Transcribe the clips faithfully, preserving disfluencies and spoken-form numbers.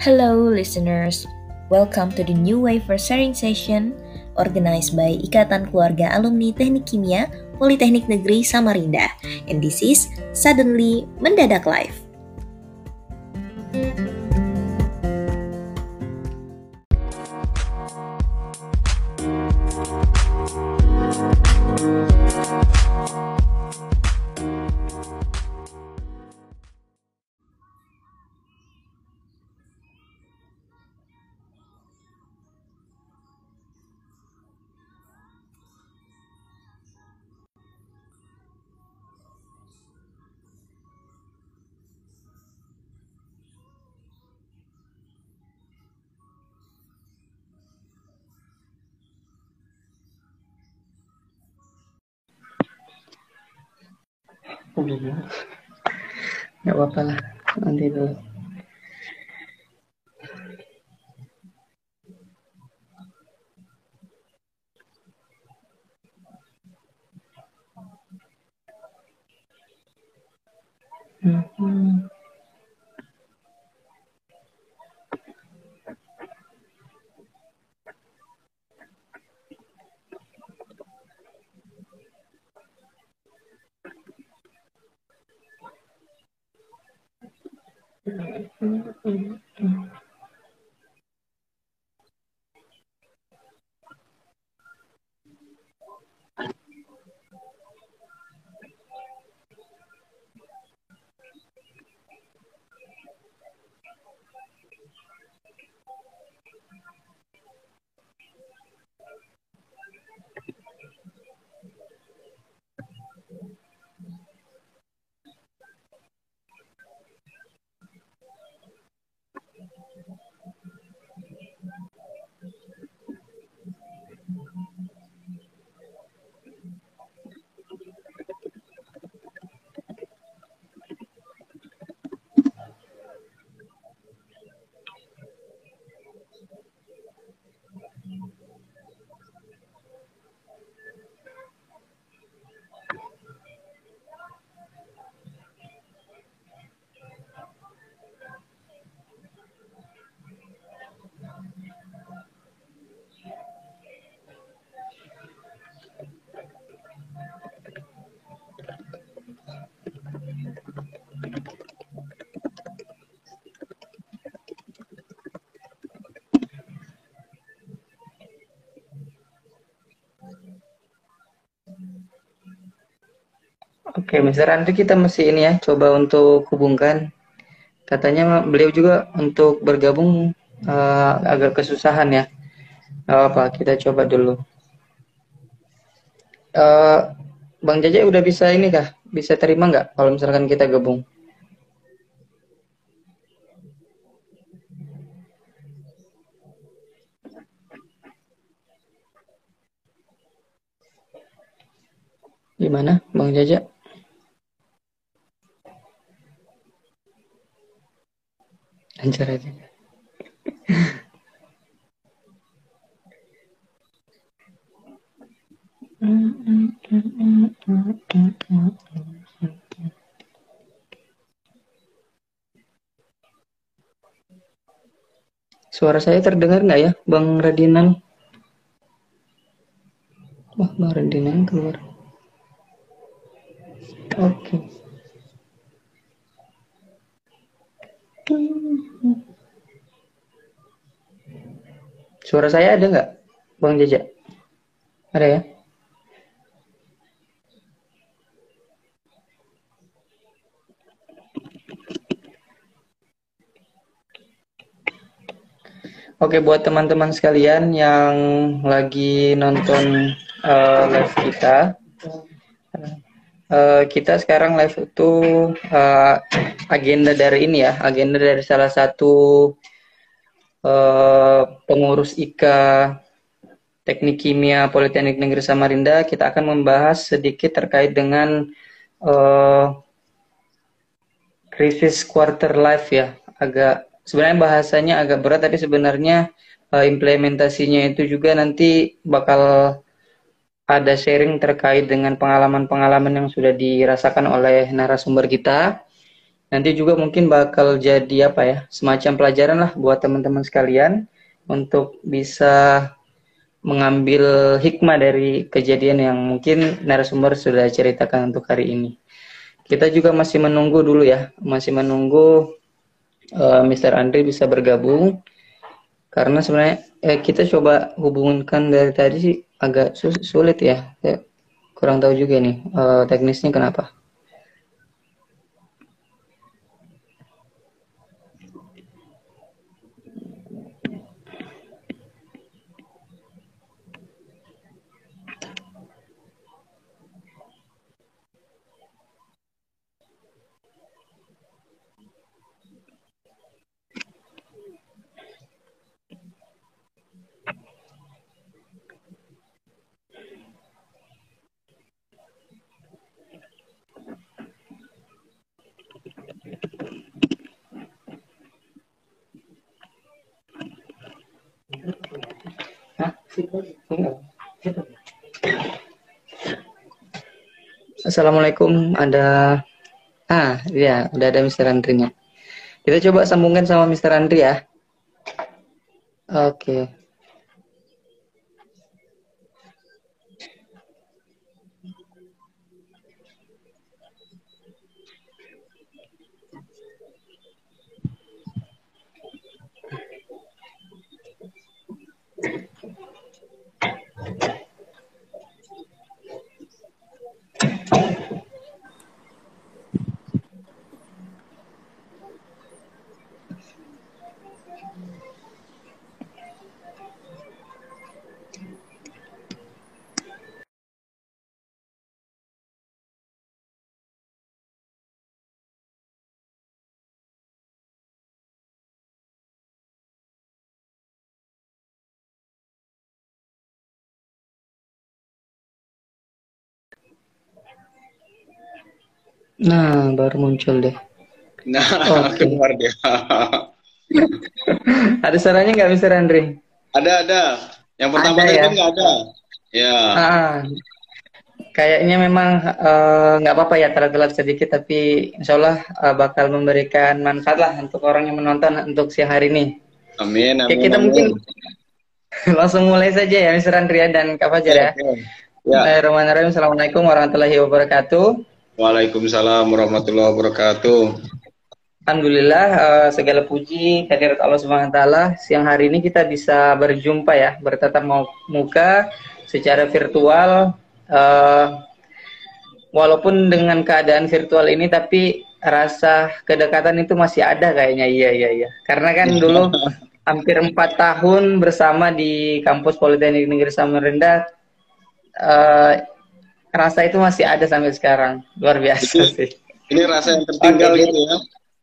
Hello, listeners. Welcome to the New Way for Sharing session organized by Ikatan Keluarga Alumni Teknik Kimia Politeknik Negeri Samarinda. And this is Suddenly Mendadak Live. Nggak apa-apa lah, nanti dulu. Hmm. Oke, mister Andri, kita mesti ini ya, coba untuk hubungkan. Katanya beliau juga untuk bergabung uh, agak kesusahan ya. Gak apa, kita coba dulu. Uh, Bang Jaja udah bisa ini kah? Bisa terima nggak kalau misalkan kita gabung? Gimana, Bang Jaja? Lancar aja. Suara saya terdengar nggak ya, Bang Radinan? Wah, Bang Radinan keluar. Oke. Suara saya ada nggak, Bang Jaja? Ada ya? Oke, buat teman-teman sekalian yang lagi nonton uh, live kita, uh, kita sekarang live itu uh, agenda dari ini ya, agenda dari salah satu uh, pengurus I K A Teknik Kimia Politeknik Negeri Samarinda. Kita akan membahas sedikit terkait dengan uh, krisis quarter life ya, agak sebenarnya bahasanya agak berat, tapi sebenarnya uh, implementasinya itu juga nanti bakal ada sharing terkait dengan pengalaman-pengalaman yang sudah dirasakan oleh narasumber kita. Nanti juga mungkin bakal jadi apa ya, semacam pelajaran lah buat teman-teman sekalian untuk bisa mengambil hikmah dari kejadian yang mungkin narasumber sudah ceritakan untuk hari ini. Kita juga masih menunggu dulu ya, masih menunggu uh, mister Andri bisa bergabung, karena sebenarnya eh, kita coba hubungkan dari tadi sih agak sulit ya. Saya kurang tahu juga nih uh, teknisnya kenapa. Assalamualaikum, ada ah ya udah ada mister Andri-nya. Kita coba sambungkan sama mister Andri ya. Oke. Nah, baru muncul deh. Nah, okay. Keluar dia. Ada suaranya nggak, mister Andri? Ada, ada. Yang pertama ada, tadi ya? Nggak ada. Ya. Ah, kayaknya memang nggak uh, apa-apa ya, telat-telat sedikit, tapi insya Allah uh, bakal memberikan manfaat lah untuk orang yang menonton untuk siang hari ini. Amin, amin. Oke, kita amin. mungkin langsung mulai saja ya, mister Andri dan Kak Fajar ya. Okay. Ya. Bismillahirrahmanirrahim. Assalamualaikum warahmatullahi wabarakatuh. Waalaikumsalam warahmatullahi wabarakatuh. Alhamdulillah, uh, segala puji kehadirat Allah Subhanahu wa taala. Siang hari ini kita bisa berjumpa ya, bertatap muka secara virtual. Uh, walaupun dengan keadaan virtual ini, tapi rasa kedekatan itu masih ada kayaknya. Iya, iya, iya. Karena kan dulu hampir empat tahun bersama di kampus Politeknik Negeri Samarinda. Uh, rasa itu masih ada sampai sekarang. Luar biasa ini, sih. Ini rasa yang tertinggal gitu ya.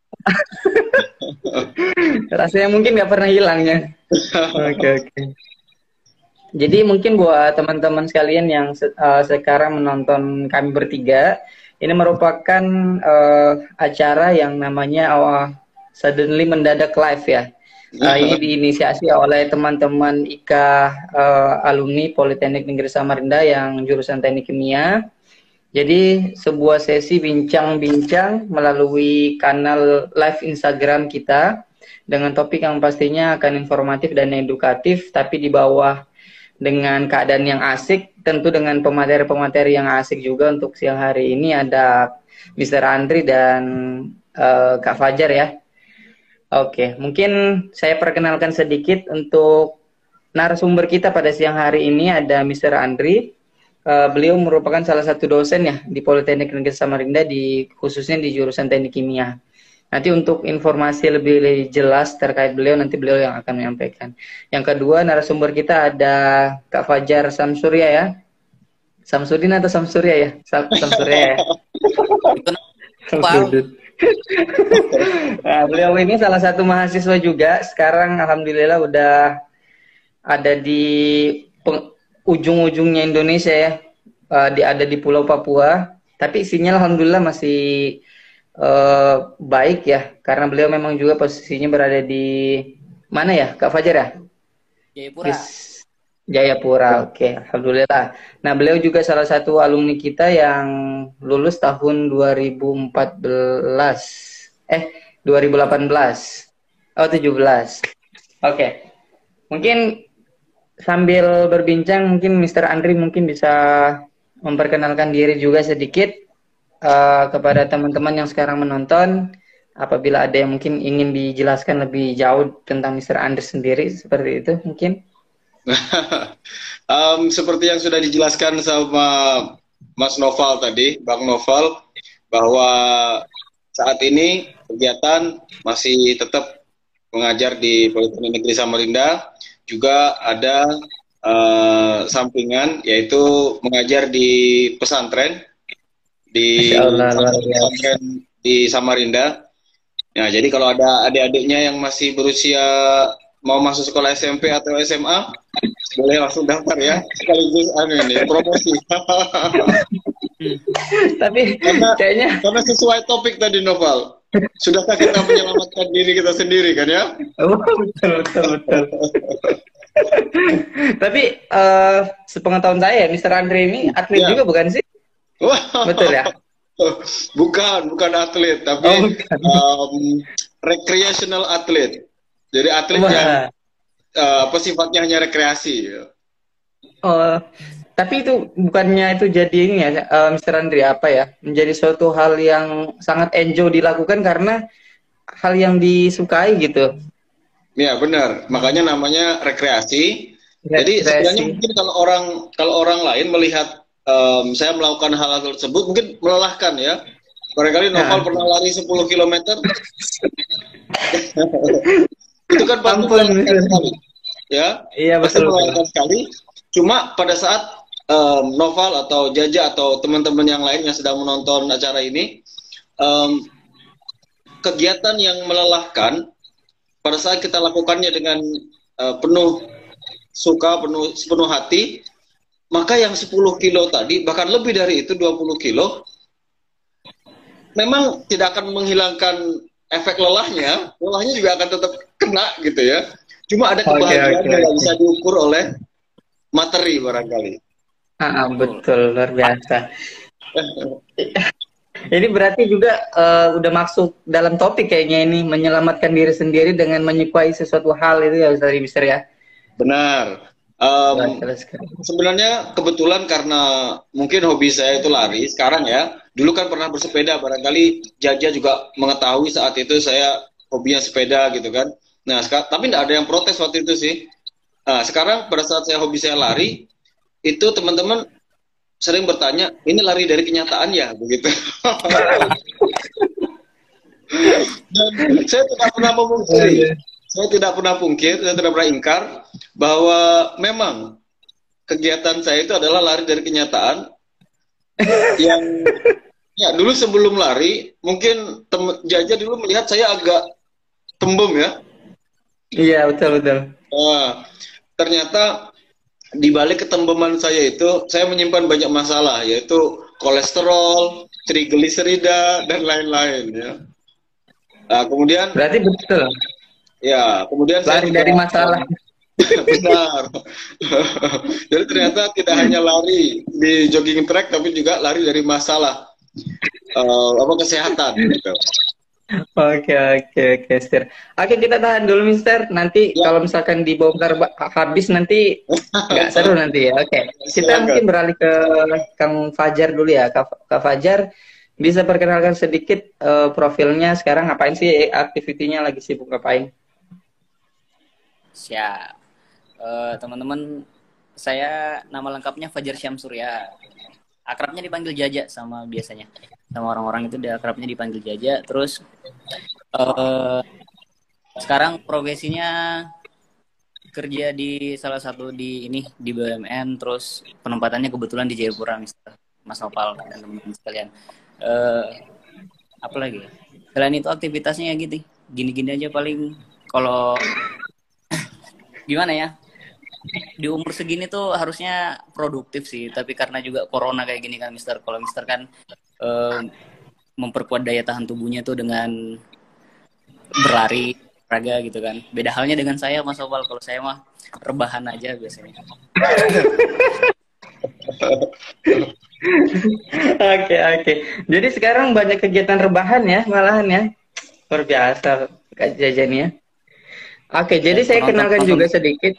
Rasanya mungkin nggak pernah hilangnya. Oke, oke. Jadi mungkin buat teman-teman sekalian yang uh, sekarang menonton kami bertiga, ini merupakan uh, acara yang namanya uh, Suddenly Mendadak Live ya. Uh, ini diinisiasi oleh teman-teman I K A uh, alumni Politeknik Negeri Samarinda yang jurusan Teknik Kimia. Jadi sebuah sesi bincang-bincang melalui kanal live Instagram kita dengan topik yang pastinya akan informatif dan edukatif, tapi di bawah dengan keadaan yang asik, tentu dengan pemateri-pemateri yang asik juga. Untuk siang hari ini ada mister Andri dan uh, Kak Fajar ya. Oke, mungkin saya perkenalkan sedikit untuk narasumber kita pada siang hari ini. Ada mister Andri. Uh, beliau merupakan salah satu dosen ya di Politeknik Negeri Samarinda, di khususnya di jurusan Teknik Kimia. Nanti untuk informasi lebih jelas terkait beliau, nanti beliau yang akan menyampaikan. Yang kedua, narasumber kita ada Kak Fajar Samsurya ya. Samsudin atau Samsurya ya? Sam Samsurya ya. Nah, beliau ini salah satu mahasiswa juga. Sekarang alhamdulillah udah ada di ujung-ujungnya Indonesia ya, uh, di ada di Pulau Papua, tapi sinyal alhamdulillah masih uh, baik ya, karena beliau memang juga posisinya berada di mana ya, Kak Fajar ya? Jayapura. Di Jayapura, oke, okay. Alhamdulillah. Nah, beliau juga salah satu alumni kita yang lulus tahun dua ribu empat belas, Eh, dua ribu delapan belas. Oh, tujuh belas. Oke. Okay. Mungkin sambil berbincang, mungkin mister Andri mungkin bisa memperkenalkan diri juga sedikit uh, kepada teman-teman yang sekarang menonton. Apabila ada yang mungkin ingin dijelaskan lebih jauh tentang mister Andri sendiri, seperti itu mungkin. um, seperti yang sudah dijelaskan sama Mas Noval tadi, Bang Noval, bahwa saat ini kegiatan masih tetap mengajar di Politeknik Negeri Samarinda, juga ada uh, sampingan yaitu mengajar di pesantren di Allah, pesantren di Samarinda. Nah, jadi kalau ada adik-adiknya yang masih berusia mau masuk sekolah S M P atau S M A, boleh langsung daftar ya, sekaligus anu ini promosi. Tapi karena, kayaknya karena sesuai topik tadi Noval, sudahkah kita menyelamatkan diri kita sendiri kan ya? Oh, betul betul betul. Tapi uh, sepengetahuan saya, mister Andri ini atlet ya. Juga bukan sih? Wah. Betul ya? Bukan, bukan atlet, tapi oh, bukan. Um, recreational atlet. Jadi atlet Wah. yang uh, apa sifatnya hanya rekreasi. Oh, tapi itu bukannya itu jadi ini ya, uh, mister Andri, apa ya? Menjadi suatu hal yang sangat enjoy dilakukan karena hal yang disukai gitu. Ya benar, makanya namanya rekreasi. rekreasi. Jadi sebenarnya mungkin kalau orang kalau orang lain melihat um, saya melakukan hal-hal tersebut mungkin melelahkan ya. Barangkali Noval nah. pernah lari sepuluh kilometer. Itu kan pasti melelahkan sekali. Ya, iya, pasti melelahkan sekali. Cuma pada saat um, Noval atau Jaja atau teman-teman yang lain yang sedang menonton acara ini, um, kegiatan yang melelahkan pada saat kita lakukannya dengan uh, penuh suka, penuh sepenuh hati, maka yang sepuluh kilo tadi, bahkan lebih dari itu dua puluh kilo, memang tidak akan menghilangkan efek lelahnya, lelahnya juga akan tetap kena gitu ya. Cuma ada kebahagiaan okay, okay, yang okay. bisa diukur oleh materi barangkali. Ah, betul, luar biasa. Jadi berarti juga uh, udah masuk dalam topik kayaknya ini, menyelamatkan diri sendiri dengan menyukai sesuatu hal itu ya Ustaz Mister ya? Benar. Um, sebenarnya kebetulan karena mungkin hobi saya itu lari sekarang ya. Dulu kan pernah bersepeda, barangkali Jaja juga mengetahui saat itu saya hobinya sepeda gitu kan. Nah, tapi tidak ada yang protes waktu itu sih. Nah, sekarang pada saat saya hobi saya lari, itu teman-teman sering bertanya, ini lari dari kenyataan ya, begitu. Dan saya tidak pernah memungkiri, saya tidak pernah pungkir, saya tidak pernah ingkar bahwa memang kegiatan saya itu adalah lari dari kenyataan. Yang ya dulu sebelum lari, mungkin tem- Jaja dulu melihat saya agak tembem ya. Iya betul betul. Nah, ternyata di balik ketembeman saya itu, saya menyimpan banyak masalah, yaitu kolesterol, trigliserida, dan lain-lain. Ya. Nah, kemudian. Berarti betul. Ya, kemudian lari saya dari juga, masalah. Benar. Jadi ternyata tidak hanya lari di jogging track, tapi juga lari dari masalah uh, apa kesehatan. Gitu. Oke oke oke Mister. Oke kita tahan dulu Mister. Nanti ya. Kalau misalkan dibongkar habis nanti nggak seru nanti ya. Oke. Kita Silakan. Mungkin beralih ke Kang Fajar dulu ya. Kak, Kak Fajar bisa perkenalkan sedikit uh, profilnya sekarang ngapain sih, aktivitinya lagi sibuk ngapain? Siap. Uh, teman-teman, saya nama lengkapnya Fajar Syamsurya. Akrabnya dipanggil Jaja sama biasanya. Sama orang-orang itu dia akrabnya dipanggil Jaja. Terus uh, sekarang profesinya kerja di salah satu di ini di B U M N, terus penempatannya kebetulan di Jayapura, Mister Mas Nopal dan teman-teman sekalian. Uh, apa lagi? Selain itu aktivitasnya ya gitu, gini-gini aja paling. Kalau gimana ya? Di umur segini tuh harusnya produktif sih, tapi karena juga corona kayak gini kan Mister, kalau Mister kan eh, memperkuat daya tahan tubuhnya tuh dengan berlari, olahraga gitu kan. Beda halnya dengan saya Mas Opal, kalau saya mah rebahan aja biasanya. Oke oke. Jadi sekarang banyak kegiatan rebahan ya, malahan ya. luar biasa Kak Jajan ya. Oke, jadi Ya, saya kenalkan penonton-penonton. juga sedikit.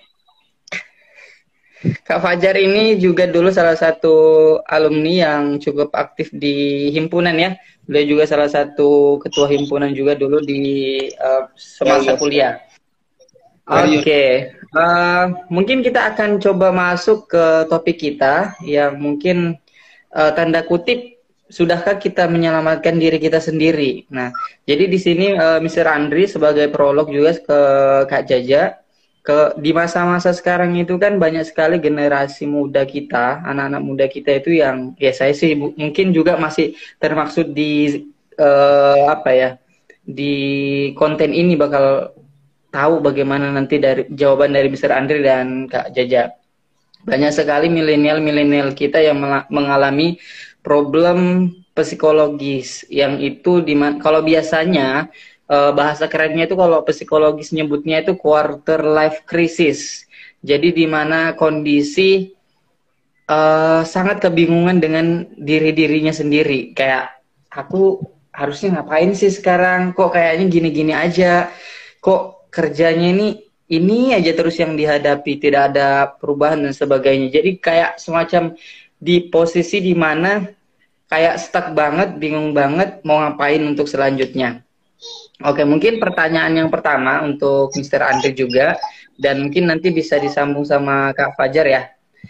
Kak Fajar ini juga dulu salah satu alumni yang cukup aktif di himpunan ya. Beliau juga salah satu ketua himpunan juga dulu di uh, semasa Warriors. kuliah. Warriors. Oke, uh, mungkin kita akan coba masuk ke topik kita yang mungkin uh, tanda kutip sudahkah kita menyelamatkan diri kita sendiri. Nah, jadi di sini uh, mister Andri sebagai prolog juga ke Kak Jaja. Ke di masa-masa sekarang itu kan banyak sekali generasi muda kita, anak-anak muda kita itu yang ya saya sih bu- mungkin juga masih termaksud di eh, apa ya di konten ini bakal tahu bagaimana nanti dari jawaban dari mister Andri dan Kak Jaja. Banyak sekali milenial-milenial kita yang mela- mengalami problem psikologis yang itu di kalau biasanya eh, bahasa kerennya itu kalau psikologis nyebutnya itu quarter life crisis. Jadi di mana kondisi eh, sangat kebingungan dengan diri-dirinya sendiri. Kayak aku harusnya ngapain sih sekarang? Kok kayaknya gini-gini aja? Kok kerjanya ini ini aja terus yang dihadapi, tidak ada perubahan dan sebagainya. Jadi kayak semacam di posisi di mana kayak stuck banget, bingung banget mau ngapain untuk selanjutnya. Oke, mungkin pertanyaan yang pertama untuk mister Andri juga, dan mungkin nanti bisa disambung sama Kak Fajar ya.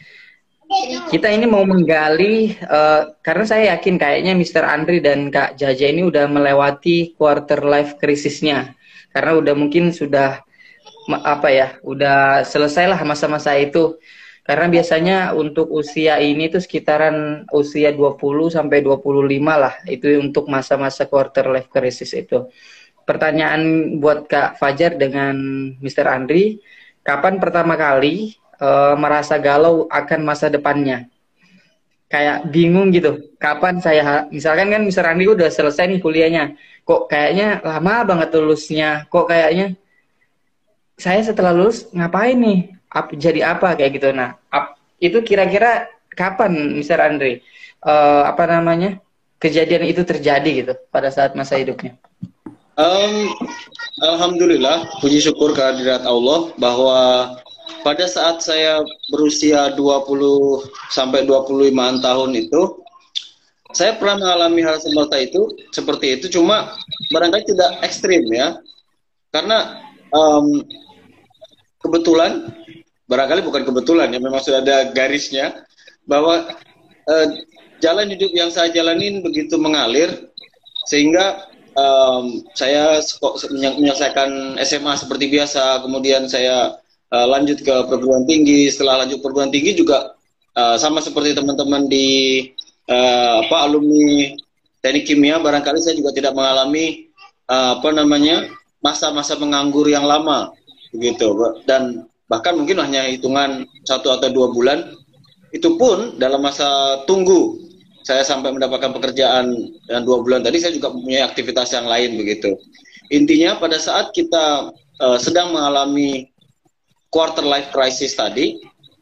Kita ini mau menggali, uh, karena saya yakin kayaknya mister Andri dan Kak Jaja ini udah melewati quarter life krisisnya. Karena udah mungkin sudah, apa ya, udah selesailah masa-masa itu. Karena biasanya untuk usia ini tuh sekitaran usia dua puluh sampai dua puluh lima lah, itu untuk masa-masa quarter life crisis itu. Pertanyaan buat Kak Fajar dengan mister Andri, kapan pertama kali uh, merasa galau akan masa depannya? Kayak bingung gitu, kapan saya, misalkan kan mister Andri udah selesai nih kuliahnya, kok kayaknya lama banget lulusnya, kok kayaknya saya setelah lulus ngapain nih, Ap, jadi apa kayak gitu. Nah, ap, itu kira-kira kapan mister Andri, uh, apa namanya, kejadian itu terjadi gitu, pada saat masa hidupnya? Um, Alhamdulillah, puji syukur kehadirat Allah bahwa pada saat saya berusia dua puluh sampai dua puluh lima tahun itu, saya pernah mengalami hal seperti itu, seperti itu, cuma barangkali tidak ekstrim ya, karena um, kebetulan, barangkali bukan kebetulan ya, memang sudah ada garisnya bahwa uh, jalan hidup yang saya jalanin begitu mengalir sehingga Um, saya menyelesaikan S M A seperti biasa, kemudian saya uh, lanjut ke perguruan tinggi. Setelah lanjut perguruan tinggi juga uh, sama seperti teman-teman di uh, apa alumni teknik kimia, barangkali saya juga tidak mengalami uh, apa namanya masa-masa menganggur yang lama, begitu. Dan bahkan mungkin hanya hitungan satu atau dua bulan, itu pun dalam masa tunggu saya sampai mendapatkan pekerjaan dengan dua bulan tadi, saya juga mempunyai aktivitas yang lain begitu. Intinya pada saat kita uh, sedang mengalami quarter life crisis tadi,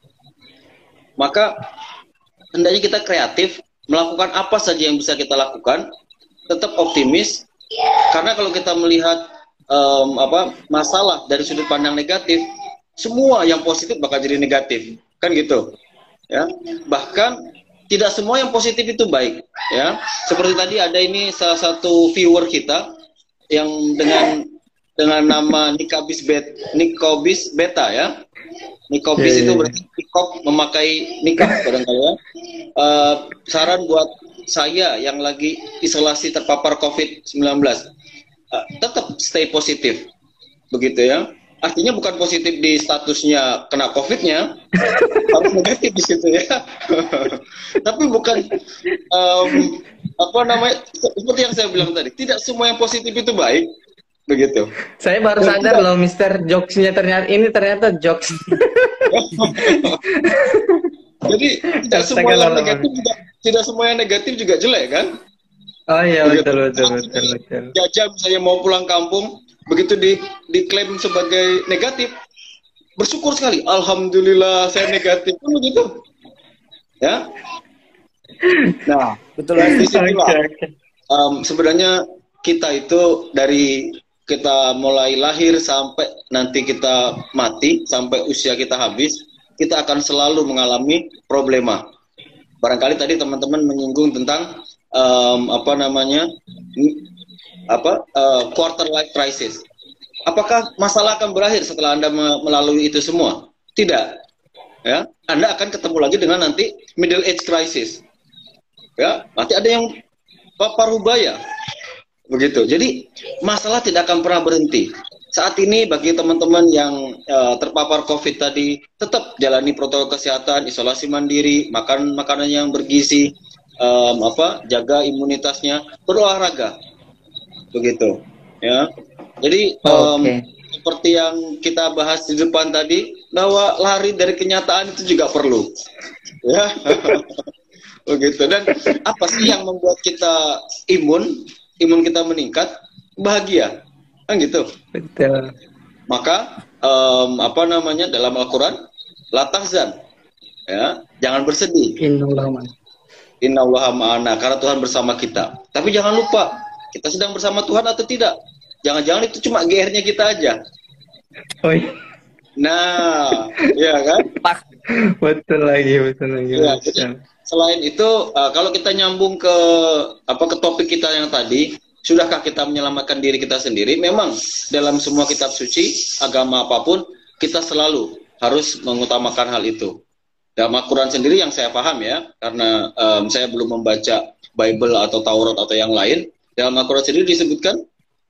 maka hendaknya kita kreatif, melakukan apa saja yang bisa kita lakukan, tetap optimis, karena kalau kita melihat um, apa masalah dari sudut pandang negatif, semua yang positif bakal jadi negatif, kan gitu, ya. Bahkan tidak semua yang positif itu baik, ya. Seperti tadi ada ini salah satu viewer kita yang dengan dengan nama Nikabis Bet, Nikobis Beta ya. Nikobis yeah, itu berarti nikop, memakai nikab barangkali ya. Uh, saran buat saya yang lagi isolasi terpapar covid sembilan belas, uh, tetap stay positif, begitu ya. Artinya bukan positif di statusnya kena COVID-nya, harus negatif di situ ya. Tapi bukan um, apa namanya, seperti yang saya bilang tadi, tidak semua yang positif itu baik, begitu. Saya baru Dan sadar tidak, loh, Mister Jokesnya ternyata ini ternyata jokes. Jadi tidak semua yang negatif juga, tidak semua yang negatif juga jelek kan? Oh iya, betul betul betul betul. Jaja misalnya mau pulang kampung, begitu di diklaim sebagai negatif, bersyukur sekali, alhamdulillah saya negatif, kan begitu, ya. Nah, betul. Disitulah, um, sebenarnya kita itu dari kita mulai lahir sampai nanti kita mati, sampai usia kita habis, kita akan selalu mengalami problema. Barangkali tadi teman-teman menyinggung tentang um, apa namanya, apa uh, quarter life crisis. Apakah masalah akan berakhir setelah Anda melalui itu semua? Tidak. Ya, Anda akan ketemu lagi dengan nanti middle age crisis. Ya, nanti ada yang parubaya. Begitu. Jadi masalah tidak akan pernah berhenti. Saat ini bagi teman-teman yang uh, terpapar COVID tadi, tetap jalani protokol kesehatan, isolasi mandiri, makan makanan yang bergizi, um, apa, jaga imunitasnya, berolahraga. Begitu. Ya. Jadi um, okay. seperti yang kita bahas di depan tadi, bahwa lari dari kenyataan itu juga perlu. Ya. Begitu. Dan apa sih yang membuat kita imun? Imun kita meningkat, bahagia, kan gitu. Betul. Maka um, apa namanya dalam Al-Quran, la tahzan, ya, jangan bersedih. Innallaha Innallaha ma'ana, karena Tuhan bersama kita. Tapi jangan lupa, kita sedang bersama Tuhan atau tidak? Jangan-jangan itu cuma G R-nya kita aja. Oh iya. Nah, ya kan? Betul lagi, betul lagi. Ya, betul. Selain itu, uh, kalau kita nyambung ke apa ke topik kita yang tadi, sudahkah kita menyelamatkan diri kita sendiri? Memang dalam semua kitab suci, agama apapun, kita selalu harus mengutamakan hal itu. Dalam Al-Quran sendiri yang saya paham ya, karena um, saya belum membaca Bible atau Taurat atau yang lain. Dalam Al-Quran sendiri disebutkan,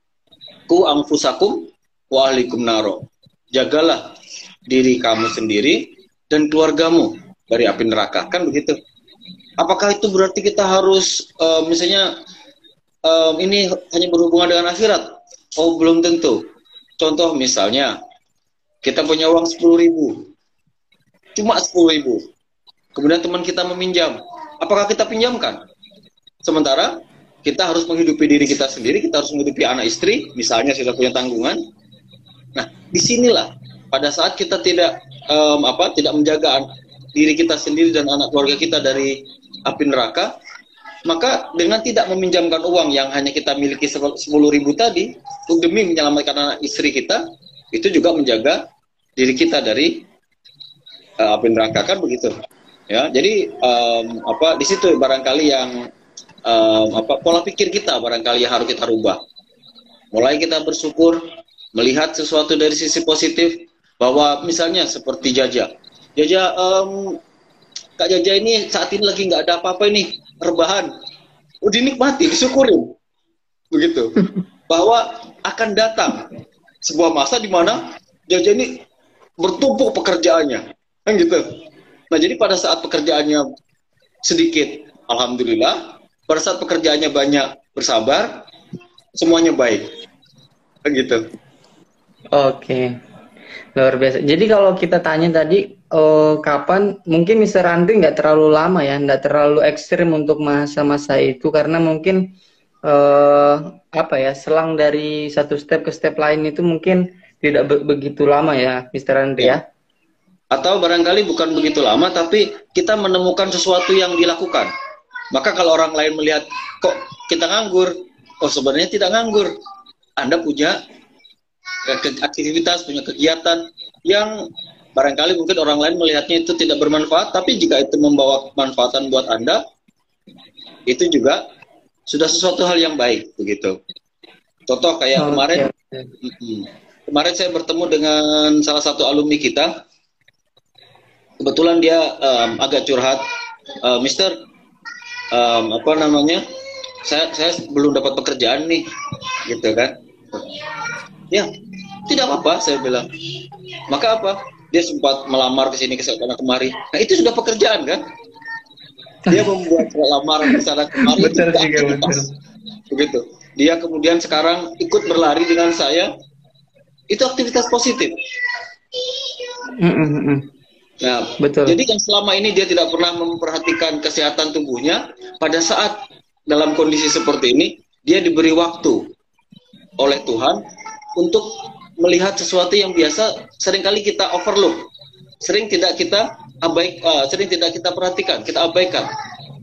ku anfusakum wa ahlikum naro. Jagalah diri kamu sendiri dan keluargamu dari api neraka. Kan begitu. Apakah itu berarti kita harus uh, misalnya um, ini hanya berhubungan dengan akhirat? Oh, belum tentu. Contoh misalnya kita punya uang sepuluh ribu, cuma sepuluh ribu, kemudian teman kita meminjam, apakah kita pinjamkan? Sementara kita harus menghidupi diri kita sendiri, kita harus menghidupi anak istri, misalnya sudah punya tanggungan. Nah, disinilah pada saat kita tidak um, apa tidak menjaga diri kita sendiri dan anak keluarga kita dari api neraka, maka dengan tidak meminjamkan uang yang hanya kita miliki sepuluh ribu tadi demi menyelamatkan anak istri kita, itu juga menjaga diri kita dari uh, api neraka, kan begitu ya. Jadi um, apa di situ barangkali yang um, apa pola pikir kita barangkali yang harus kita rubah. Mulai kita bersyukur, melihat sesuatu dari sisi positif, bahwa misalnya seperti Jaja Jaja um, Kak Jaja ini saat ini lagi nggak ada apa-apa ini, rebahan. Oh, dinikmati, disyukurin. Begitu. Bahwa akan datang sebuah masa di mana Jaja ini bertumpuk pekerjaannya. Kan gitu. Nah, jadi pada saat pekerjaannya sedikit, alhamdulillah. Pada saat pekerjaannya banyak, bersabar, semuanya baik. Kan gitu. Oke. Luar biasa. Jadi kalau kita tanya tadi, Oh, kapan mungkin mister Andri nggak terlalu lama ya, nggak terlalu ekstrim untuk masa-masa itu karena mungkin uh, apa ya selang dari satu step ke step lain itu mungkin tidak be begitu lama ya, mister Andri ya. Atau barangkali bukan begitu lama, tapi kita menemukan sesuatu yang dilakukan. Maka kalau orang lain melihat kok kita nganggur, oh sebenarnya tidak nganggur. Anda punya aktivitas, punya kegiatan yang barangkali mungkin orang lain melihatnya itu tidak bermanfaat, tapi jika itu membawa kemanfaatan buat Anda, itu juga sudah sesuatu hal yang baik, begitu. Contoh kayak oh, kemarin, okay. mm, kemarin saya bertemu dengan salah satu alumni kita, kebetulan dia um, agak curhat, uh, Mister, um, apa namanya, saya saya belum dapat pekerjaan nih, gitu kan? Ya, tidak apa-apa, saya bilang. Maka apa? Dia sempat melamar ke sini ke sana kemari. Nah, itu sudah pekerjaan kan? Dia membuat lamaran ke sana kemari. Betul juga, betul. Begitu. Dia kemudian sekarang ikut berlari dengan saya. Itu aktivitas positif. Mm -mm. Nah, betul. Jadi yang selama ini dia tidak pernah memperhatikan kesehatan tubuhnya, pada saat dalam kondisi seperti ini, dia diberi waktu oleh Tuhan untuk melihat sesuatu yang biasa seringkali kita overlook, sering tidak kita abaik, uh, sering tidak kita perhatikan, kita abaikan.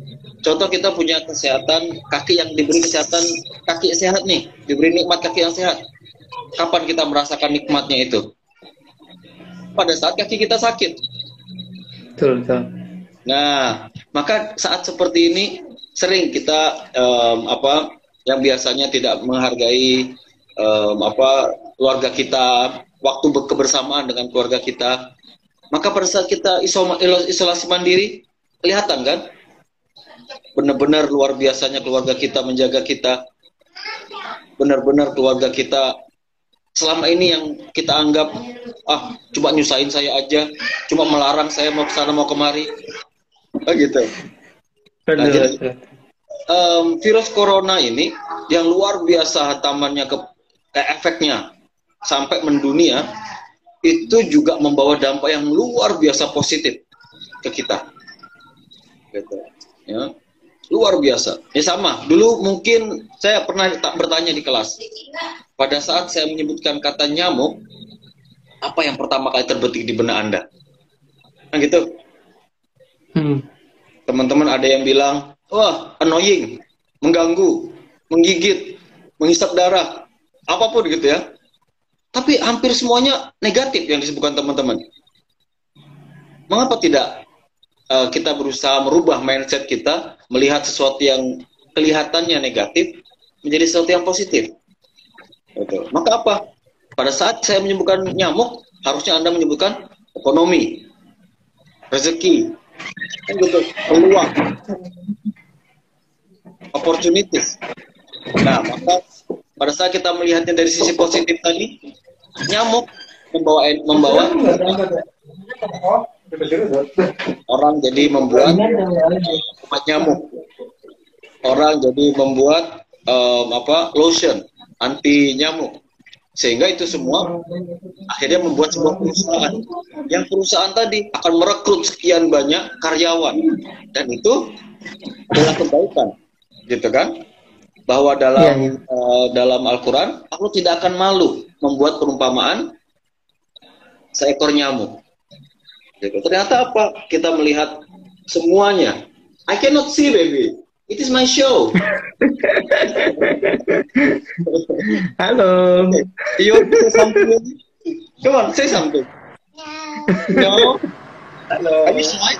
contoh kita punya kesehatan, kaki yang diberi kesehatan, kaki sehat nih, diberi nikmat kaki yang sehat. Kapan kita merasakan nikmatnya itu? Pada saat kaki kita sakit. Betul, betul. Nah, maka saat seperti ini sering kita um, apa yang biasanya tidak menghargai um, apa keluarga kita, waktu kebersamaan dengan keluarga kita. Maka pada saat kita isom- isolasi mandiri, kelihatan kan? Benar-benar luar biasanya keluarga kita menjaga kita. Benar-benar keluarga kita selama ini yang kita anggap ah cuma nyusahin saya aja, cuma melarang saya mau ke sana mau kemari, oh, gitu. Nah, jadi, um, virus corona ini yang luar biasa hatamannya ke eh, efeknya sampai mendunia, itu juga membawa dampak yang luar biasa positif ke kita, gitu. Ya, luar biasa. Ya sama. Dulu mungkin saya pernah tak bertanya di kelas. Pada saat saya menyebutkan kata nyamuk, apa yang pertama kali terbetik di benak Anda? Nah gitu. Hmm. Teman-teman ada yang bilang, wah annoying, mengganggu, menggigit, menghisap darah, apapun gitu ya. Tapi hampir semuanya negatif yang disebutkan teman-teman. Mengapa tidak uh, kita berusaha merubah mindset kita, melihat sesuatu yang kelihatannya negatif menjadi sesuatu yang positif? Betul. Maka apa? Pada saat saya menyebutkan nyamuk, harusnya Anda menyebutkan ekonomi, rezeki, kan gitu, peluang, opportunities. Nah, maka pada saat kita melihatnya dari sisi positif tadi, nyamuk membawa membawa orang jadi membuat obat nyamuk, orang jadi membuat um, apa lotion anti nyamuk, sehingga itu semua akhirnya membuat sebuah perusahaan yang perusahaan tadi akan merekrut sekian banyak karyawan, dan itu adalah kebaikan, gitu kan? Bahwa dalam ya, ya. Uh, dalam Al-Quran Allah tidak akan malu membuat perumpamaan seekor nyamuk, gitu. Ternyata apa? Kita melihat semuanya. I cannot see, baby. It is my show. Halo. Okay. You want to say something? Come on, say something. No. Hello. Are you shy?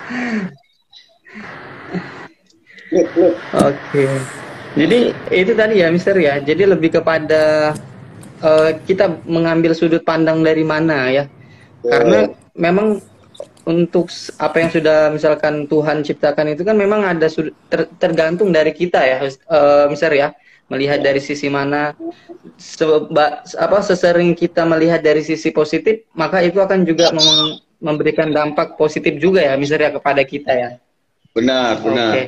Look, look. Oke. Okay. Jadi itu tadi ya, Mister ya. Jadi lebih kepada uh, kita mengambil sudut pandang dari mana ya. Yeah. Karena memang untuk apa yang sudah misalkan Tuhan ciptakan itu kan memang ada ter, tergantung dari kita ya, uh, Mister ya, melihat dari sisi mana. Seba, apa sesering kita melihat dari sisi positif, maka itu akan juga mem memberikan dampak positif juga ya, Mister ya, kepada kita ya. Benar, benar. Oke.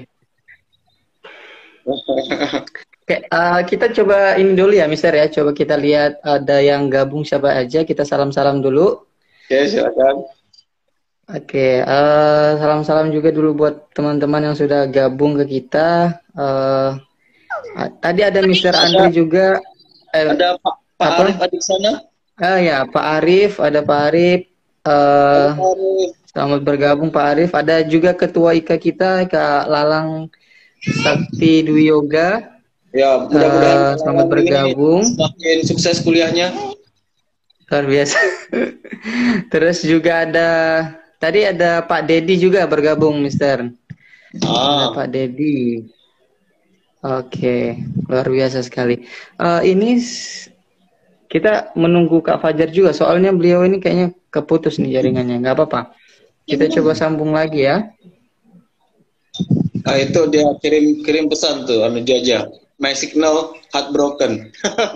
Okay, uh, kita coba ini dulu ya, Mister ya. Coba kita lihat ada yang gabung siapa aja. Kita salam-salam dulu. Oke, okay, silakan. Oke, okay, uh, salam-salam juga dulu buat teman-teman yang sudah gabung ke kita. Uh, tadi ada Mister Andri juga. Eh, ada Pak, Pak Arif ada di sana. Ah ya, Pak Arif, ada Pak Arif. Uh, Pak Arif. Selamat bergabung Pak Arif. Ada juga Ketua I K A kita, Kak Lalang Sakti Dwi Yoga. Ya, mudah-mudahan uh, selamat bergabung. Semakin sukses kuliahnya. Luar biasa. Terus juga ada tadi ada Pak Dedi juga bergabung, Mister. Ah. Ada Pak Dedi. Oke, luar biasa sekali. Uh, ini kita menunggu Kak Fajar juga. Soalnya beliau ini kayaknya keputus nih jaringannya. Nggak apa-apa. Kita coba sambung lagi ya. Nah itu dia kirim kirim pesan tuh, anu Jaja. My signal heartbroken.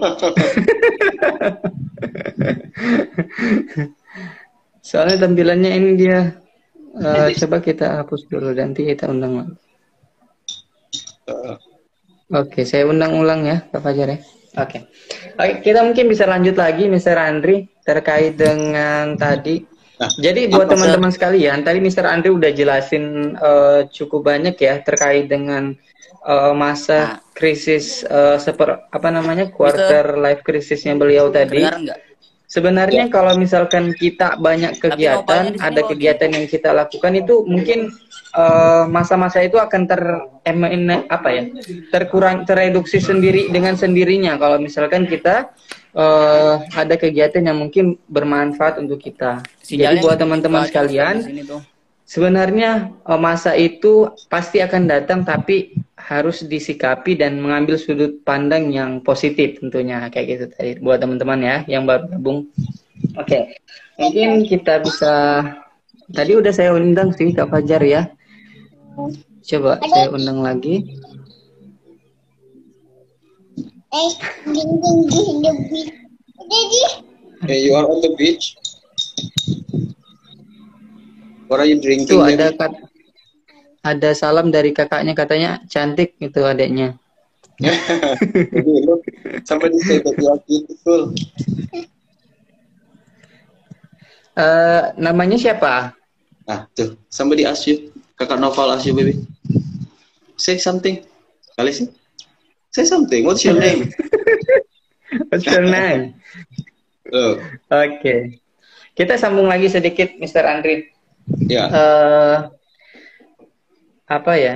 Soalnya tampilannya ini dia. Uh, coba kita hapus dulu, nanti kita undang lagi. Oke, okay, saya undang ulang ya, Kak Fajar ya. Oke, okay. okay, kita mungkin bisa lanjut lagi, Mister Andri, terkait dengan tadi. Nah, jadi buat teman-teman sekalian, tadi Mister Andri udah jelasin uh, cukup banyak ya terkait dengan uh, masa krisis uh, seper apa namanya quarter life krisisnya beliau tadi. Sebenarnya Ya. kalau misalkan kita banyak kegiatan, ada kegiatan yang kita lakukan itu mungkin eh, masa-masa itu akan ter em, in- apa ya, terkurang, tereduksi sendiri dengan sendirinya. Kalau misalkan kita eh, ada kegiatan yang mungkin bermanfaat untuk kita. Jadi buat teman-teman sekalian, sebenarnya eh, masa itu pasti akan datang, tapi harus disikapi dan mengambil sudut pandang yang positif tentunya, kayak gitu tadi buat teman-teman ya yang baru gabung. Oke, okay. Mungkin kita bisa, tadi udah saya undang sih Kak Fajar ya. Coba saya undang lagi. Hey, you are on the beach. What are you drinking? Tuh ada kat, ada salam dari kakaknya, katanya cantik gitu adeknya. Sampai di situ beautiful. Uh, namanya siapa? Nah, tuh, somebody ask you. Kakak Noval ask you, baby. Say something. Kali sih. Say something. What's your name? What's your name? Oh. Oke. Okay. Kita sambung lagi sedikit, mister Andri. Ya. Uh, apa ya?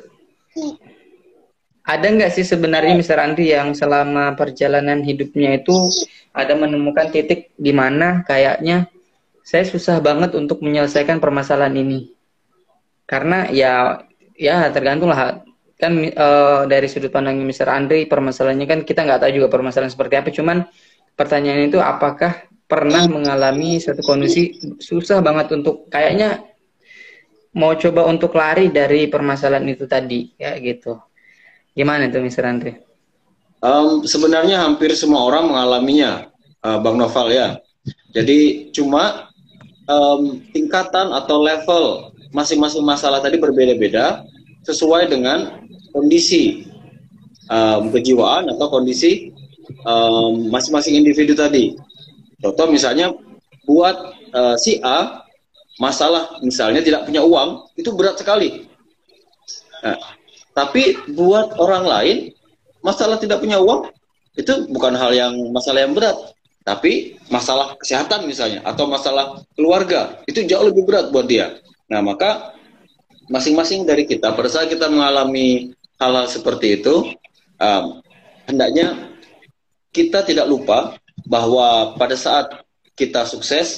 Ada nggak sih sebenarnya mister Andri yang selama perjalanan hidupnya itu ada menemukan titik di mana kayaknya saya susah banget untuk menyelesaikan permasalahan ini? Karena ya ya tergantung lah kan uh, dari sudut pandang mister Andri, permasalahannya kan kita nggak tahu juga permasalahan seperti apa. Cuman pertanyaan itu, apakah pernah mengalami satu kondisi susah banget untuk kayaknya mau coba untuk lari dari permasalahan itu tadi, ya gitu. Gimana itu mister Andri? Um, sebenarnya hampir semua orang mengalaminya, uh, Bang Noval ya. Jadi cuma um, tingkatan atau level masing-masing masalah tadi berbeda-beda sesuai dengan kondisi um, kejiwaan atau kondisi um, masing-masing individu tadi. Contoh misalnya buat uh, si A masalah misalnya tidak punya uang itu berat sekali. Nah, tapi buat orang lain masalah tidak punya uang itu bukan hal yang masalah yang berat, tapi masalah kesehatan misalnya atau masalah keluarga itu jauh lebih berat buat dia. Nah, maka masing-masing dari kita pada saat kita mengalami hal-hal seperti itu, um, hendaknya kita tidak lupa bahwa pada saat kita sukses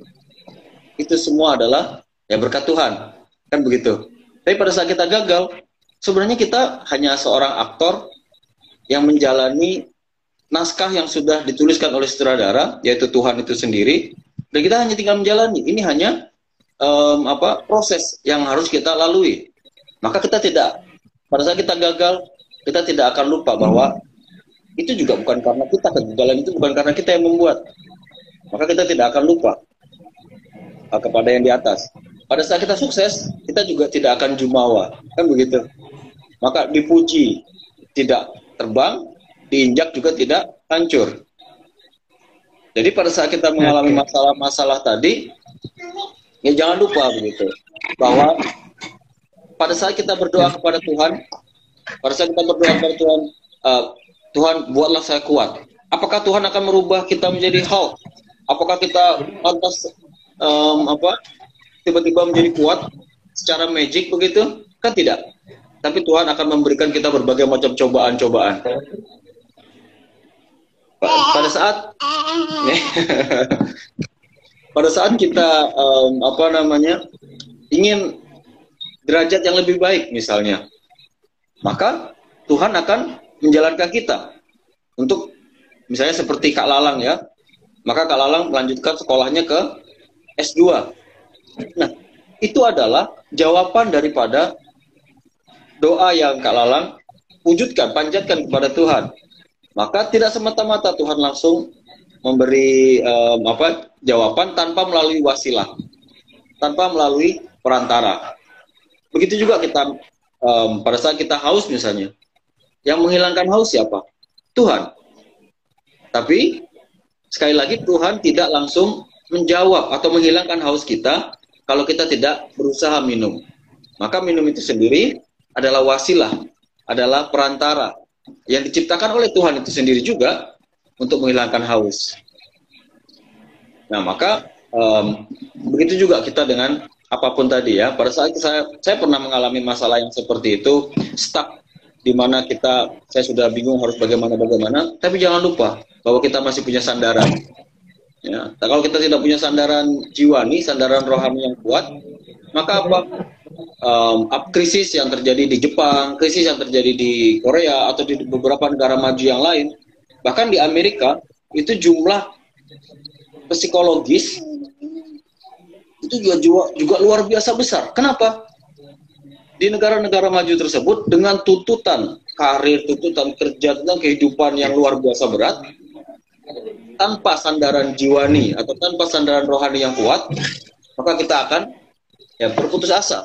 itu semua adalah ya berkat Tuhan, kan begitu. Tapi pada saat kita gagal, sebenarnya kita hanya seorang aktor yang menjalani naskah yang sudah dituliskan oleh sutradara, yaitu Tuhan itu sendiri, dan kita hanya tinggal menjalani. Ini hanya um, apa proses yang harus kita lalui. Maka kita tidak, pada saat kita gagal, kita tidak akan lupa bahwa itu juga bukan karena kita, kegagalan itu bukan karena kita yang membuat. Maka kita tidak akan lupa uh, kepada yang di atas. Pada saat kita sukses, kita juga tidak akan jumawa, kan begitu. Maka dipuji tidak terbang, diinjak juga tidak hancur. Jadi pada saat kita mengalami masalah-masalah tadi, ya jangan lupa begitu, bahwa pada saat kita berdoa kepada Tuhan, pada saat kita berdoa kepada Tuhan, uh, Tuhan buatlah saya kuat. Apakah Tuhan akan merubah kita menjadi Hulk? Apakah kita lantas um, apa tiba-tiba menjadi kuat secara magic begitu? Kan tidak. Tapi Tuhan akan memberikan kita berbagai macam cobaan-cobaan. Pada saat pada saat kita um, apa namanya ingin derajat yang lebih baik misalnya, maka Tuhan akan menjalankan kita untuk misalnya seperti Kak Lalang ya, maka Kak Lalang melanjutkan sekolahnya ke S dua. Nah, itu adalah jawaban daripada doa yang Kak Lalang wujudkan, panjatkan kepada Tuhan. Maka tidak semata-mata Tuhan langsung memberi um, apa jawaban tanpa melalui wasilah, tanpa melalui perantara. Begitu juga kita um, pada saat kita haus misalnya, yang menghilangkan haus siapa? Tuhan. Tapi sekali lagi Tuhan tidak langsung menjawab atau menghilangkan haus kita kalau kita tidak berusaha minum. Maka minum itu sendiri adalah wasilah, adalah perantara yang diciptakan oleh Tuhan itu sendiri juga untuk menghilangkan haus. Nah, maka um, begitu juga kita dengan apapun tadi ya. Pada saat saya saya pernah mengalami masalah yang seperti itu, stuck di mana kita saya sudah bingung harus bagaimana bagaimana. Tapi jangan lupa bahwa kita masih punya sandaran. Ya, nah, kalau kita tidak punya sandaran jiwani, sandaran rohani yang kuat, maka apa? Um, krisis yang terjadi di Jepang, krisis yang terjadi di Korea atau di beberapa negara maju yang lain, bahkan di Amerika itu jumlah psikologis itu juga, juga juga luar biasa besar. Kenapa? Di negara-negara maju tersebut dengan tuntutan karir, tuntutan kerja, tuntutan kehidupan yang luar biasa berat, tanpa sandaran jiwani atau tanpa sandaran rohani yang kuat, maka kita akan ya berputus asa.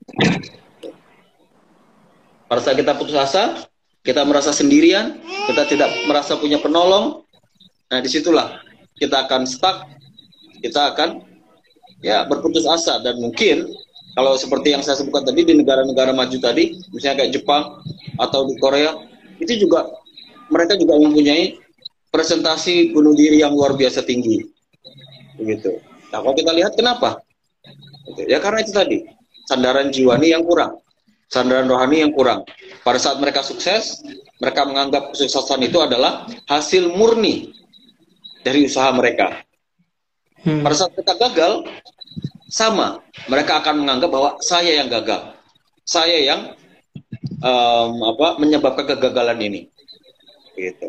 Pada saat kita putus asa, kita merasa sendirian, kita tidak merasa punya penolong. Nah, disitulah kita akan stuck, kita akan ya berputus asa. Dan mungkin kalau seperti yang saya sebutkan tadi di negara-negara maju tadi, misalnya kayak Jepang atau di Korea, itu juga mereka juga mempunyai presentasi bunuh diri yang luar biasa tinggi, begitu. Nah, kalau kita lihat kenapa? Ya karena itu tadi, sandaran jiwani yang kurang, sandaran rohani yang kurang. Pada saat mereka sukses, mereka menganggap kesuksesan itu adalah hasil murni dari usaha mereka. Hmm. Pada saat mereka gagal, sama, mereka akan menganggap bahwa saya yang gagal, saya yang um, apa menyebabkan kegagalan ini. Gitu.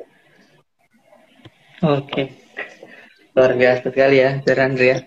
Oke, luar biasa sekali ya, Andre ya.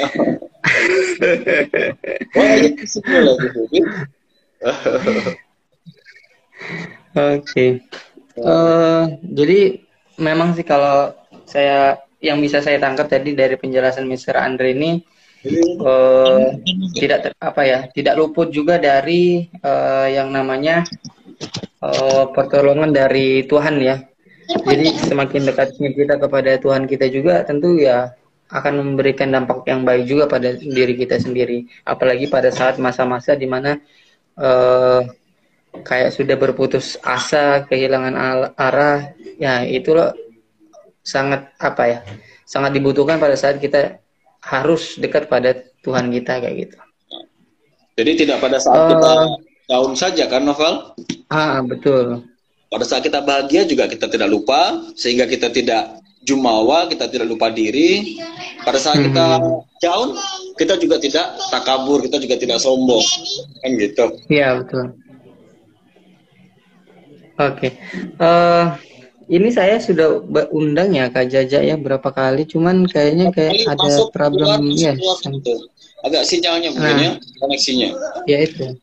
Oke, uh, jadi memang sih kalau saya yang bisa saya tangkap tadi dari penjelasan mister Andre ini uh, tidak ter, apa ya tidak luput juga dari uh, yang namanya uh, pertolongan dari Tuhan ya. Jadi semakin dekatnya kita kepada Tuhan kita juga tentu ya akan memberikan dampak yang baik juga pada diri kita sendiri. Apalagi pada saat masa-masa di mana uh, kayak sudah berputus asa, kehilangan arah, ya itulah sangat apa ya, sangat dibutuhkan pada saat kita harus dekat pada Tuhan kita kayak gitu. Jadi tidak pada saat uh, kita down saja kan, Novel? Ah betul. Pada saat kita bahagia juga kita tidak lupa, sehingga kita tidak jumawa, kita tidak lupa diri. Pada saat kita down, kita juga tidak takabur, kita juga tidak sombong, kan gitu? Iya betul. Oke. Okay. Uh, Ini saya sudah undang ya Kak Jaja ya berapa kali, cuman kayaknya kayak ada masuk, problem keluar, ya. Keluar, agak sinyalnya mungkin nah, ya, koneksinya. Ya itu.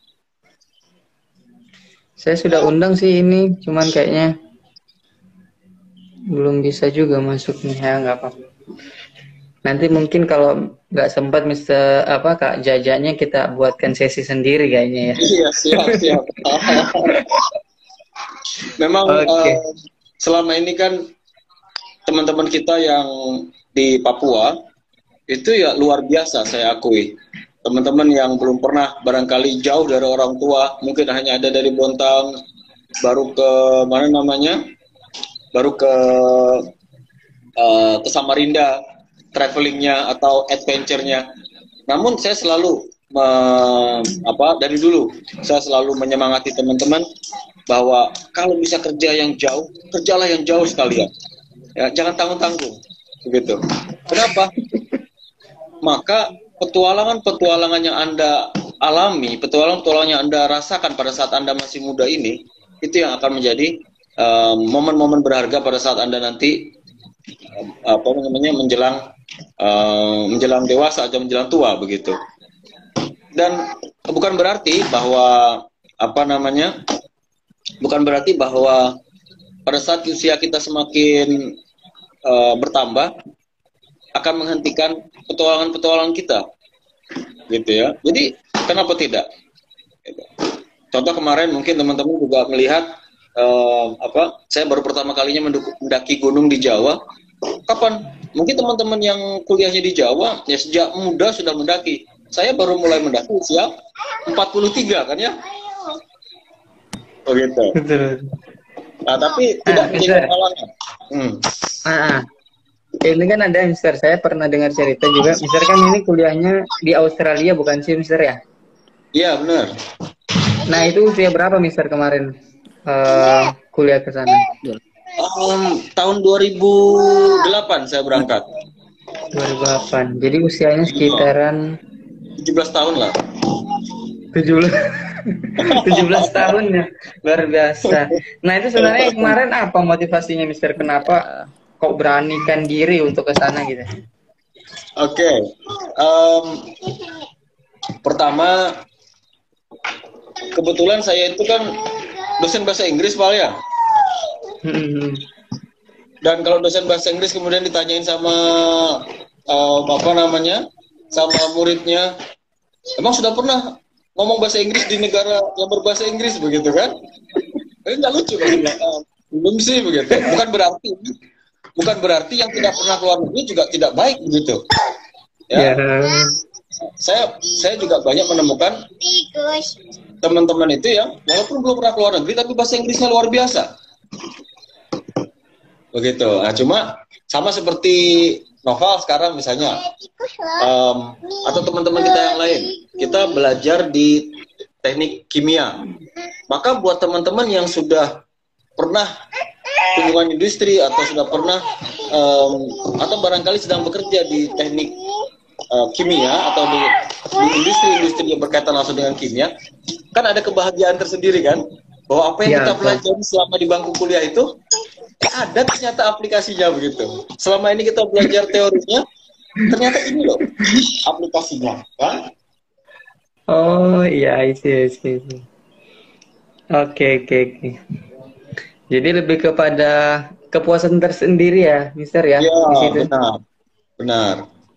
Saya sudah undang sih ini, cuman kayaknya belum bisa juga masuk nih ya, nggak apa-apa. Nanti mungkin kalau nggak sempat mister apa Kak Jajanya kita buatkan sesi sendiri kayaknya ya. Iya siap siap. Memang. Okay. Uh, Selama ini kan teman-teman kita yang di Papua itu ya luar biasa saya akui. Teman-teman yang belum pernah barangkali jauh dari orang tua, mungkin hanya ada dari Bontang, baru ke mana namanya, baru ke uh, ke Samarinda, travelingnya atau adventure-nya. Namun saya selalu me, apa dari dulu saya selalu menyemangati teman-teman bahwa kalau bisa kerja yang jauh, kerjalah yang jauh sekalian. Ya, jangan tanggung-tanggung. Begitu. Kenapa? Maka petualangan-petualangan yang Anda alami, petualangan-petualangan yang Anda rasakan pada saat Anda masih muda ini, itu yang akan menjadi momen-momen um, berharga pada saat Anda nanti um, apa namanya menjelang um, menjelang dewasa atau menjelang tua begitu. Dan bukan berarti bahwa apa namanya bukan berarti bahwa pada saat usia kita semakin uh, bertambah akan menghentikan petualangan-petualangan kita, gitu ya. Jadi kenapa tidak? Contoh kemarin mungkin teman-teman juga melihat uh, apa? Saya baru pertama kalinya mendaki gunung di Jawa. Kapan? Mungkin teman-teman yang kuliahnya di Jawa ya sejak muda sudah mendaki. Saya baru mulai mendaki usia empat puluh tiga kan ya? Oh gitu. Betul. Nah, tapi tidak menjadi halangan. Hmm. Ah, ini kan ada Mister, saya pernah dengar cerita juga. Mister kan ini kuliahnya di Australia bukan sih Mister ya? Iya benar. Nah itu usia berapa Mister kemarin uh, kuliah ke sana? Um, tahun dua ribu delapan saya berangkat. dua ribu delapan. Jadi usianya sekitaran tujuh belas tahun lah. tujuh belas tujuh belas tahun ya. Luar biasa. Nah, itu sebenarnya kemarin apa motivasinya Mister? Kenapa kok beranikan diri untuk ke sana gitu? Oke. Okay. Um, pertama kebetulan saya itu kan dosen bahasa Inggris Pak ya. Dan kalau dosen bahasa Inggris kemudian ditanyain sama uh, apa namanya sama muridnya, emang sudah pernah ngomong bahasa Inggris di negara yang berbahasa Inggris begitu kan? Ini nggak lucu kan? Belum sih begitu. Bukan berarti bukan berarti yang tidak pernah keluar negeri juga tidak baik begitu. Ya. Yeah. Saya saya juga banyak menemukan teman-teman itu yang walaupun belum pernah keluar negeri tapi bahasa Inggrisnya luar biasa. Begitu. Nah, cuma sama seperti Noval sekarang misalnya, um, atau teman-teman kita yang lain, kita belajar di teknik kimia. Maka buat teman-teman yang sudah pernah kunjungan industri atau sudah pernah um, atau barangkali sedang bekerja di teknik uh, kimia atau di, di industri-industri yang berkaitan langsung dengan kimia, kan ada kebahagiaan tersendiri kan, bahwa apa yang ya, kita pelajari selama di bangku kuliah itu ada ternyata aplikasinya begitu. Selama ini kita belajar teorinya, ternyata ini loh aplikasinya, kan? Oh iya, isi isi. Oke oke oke. Jadi lebih kepada kepuasan tersendiri ya, Mister ya? Iya, benar, benar.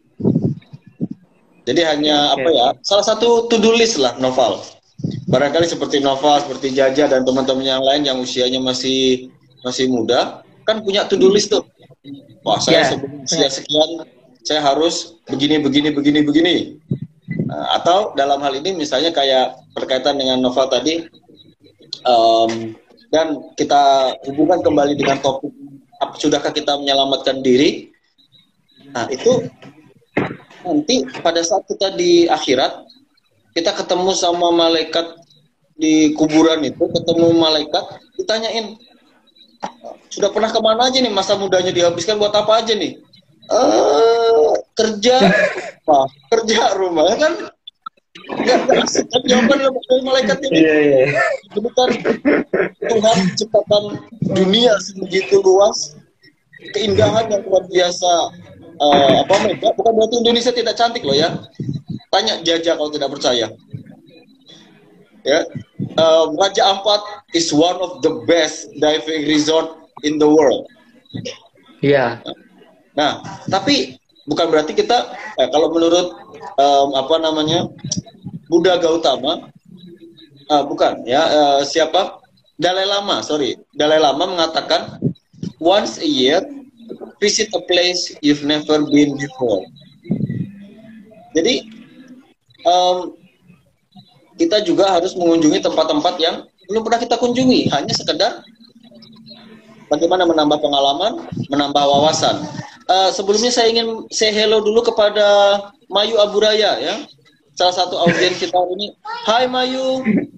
Jadi hanya okay. apa ya? Salah satu to-do list lah, Noval. Barangkali seperti Noval, seperti Jaja dan teman-teman yang lain yang usianya masih masih muda, kan punya to-do list tuh. Wah, saya yeah. sebelum usia sekian, saya harus begini, begini, begini, begini. Nah, atau dalam hal ini misalnya kayak berkaitan dengan Noval tadi, um, dan kita hubungkan kembali dengan topik, sudahkah kita menyelamatkan diri? Nah, itu nanti pada saat kita di akhirat, kita ketemu sama malaikat di kuburan itu, ketemu malaikat, ditanyain, sudah pernah kemana aja nih masa mudanya dihabiskan buat apa aja nih? Uh, kerja, apa? Kerja rumah kan? Nggak asik kan jawaban dari malaikat ini. Yeah, yeah. Bukan Tuhan ciptakan dunia sebegitu luas, keindahan yang luar biasa. Uh, apa mega? Bukan berarti Indonesia tidak cantik loh ya. Tanya Jaja kalau tidak percaya. Ya, um, Raja Ampat is one of the best diving resort in the world. Iya. Yeah. Nah, tapi bukan berarti kita, eh, kalau menurut um, apa namanya Buddha Gautama, uh, bukan ya uh, siapa? Dalai Lama, sorry, Dalai Lama mengatakan once a year visit a place you've never been before. Jadi um, kita juga harus mengunjungi tempat-tempat yang belum pernah kita kunjungi, hanya sekedar bagaimana menambah pengalaman, menambah wawasan. Uh, sebelumnya saya ingin say hello dulu kepada Mayu Aburaya ya, salah satu audiens kita ini. Hai Mayu.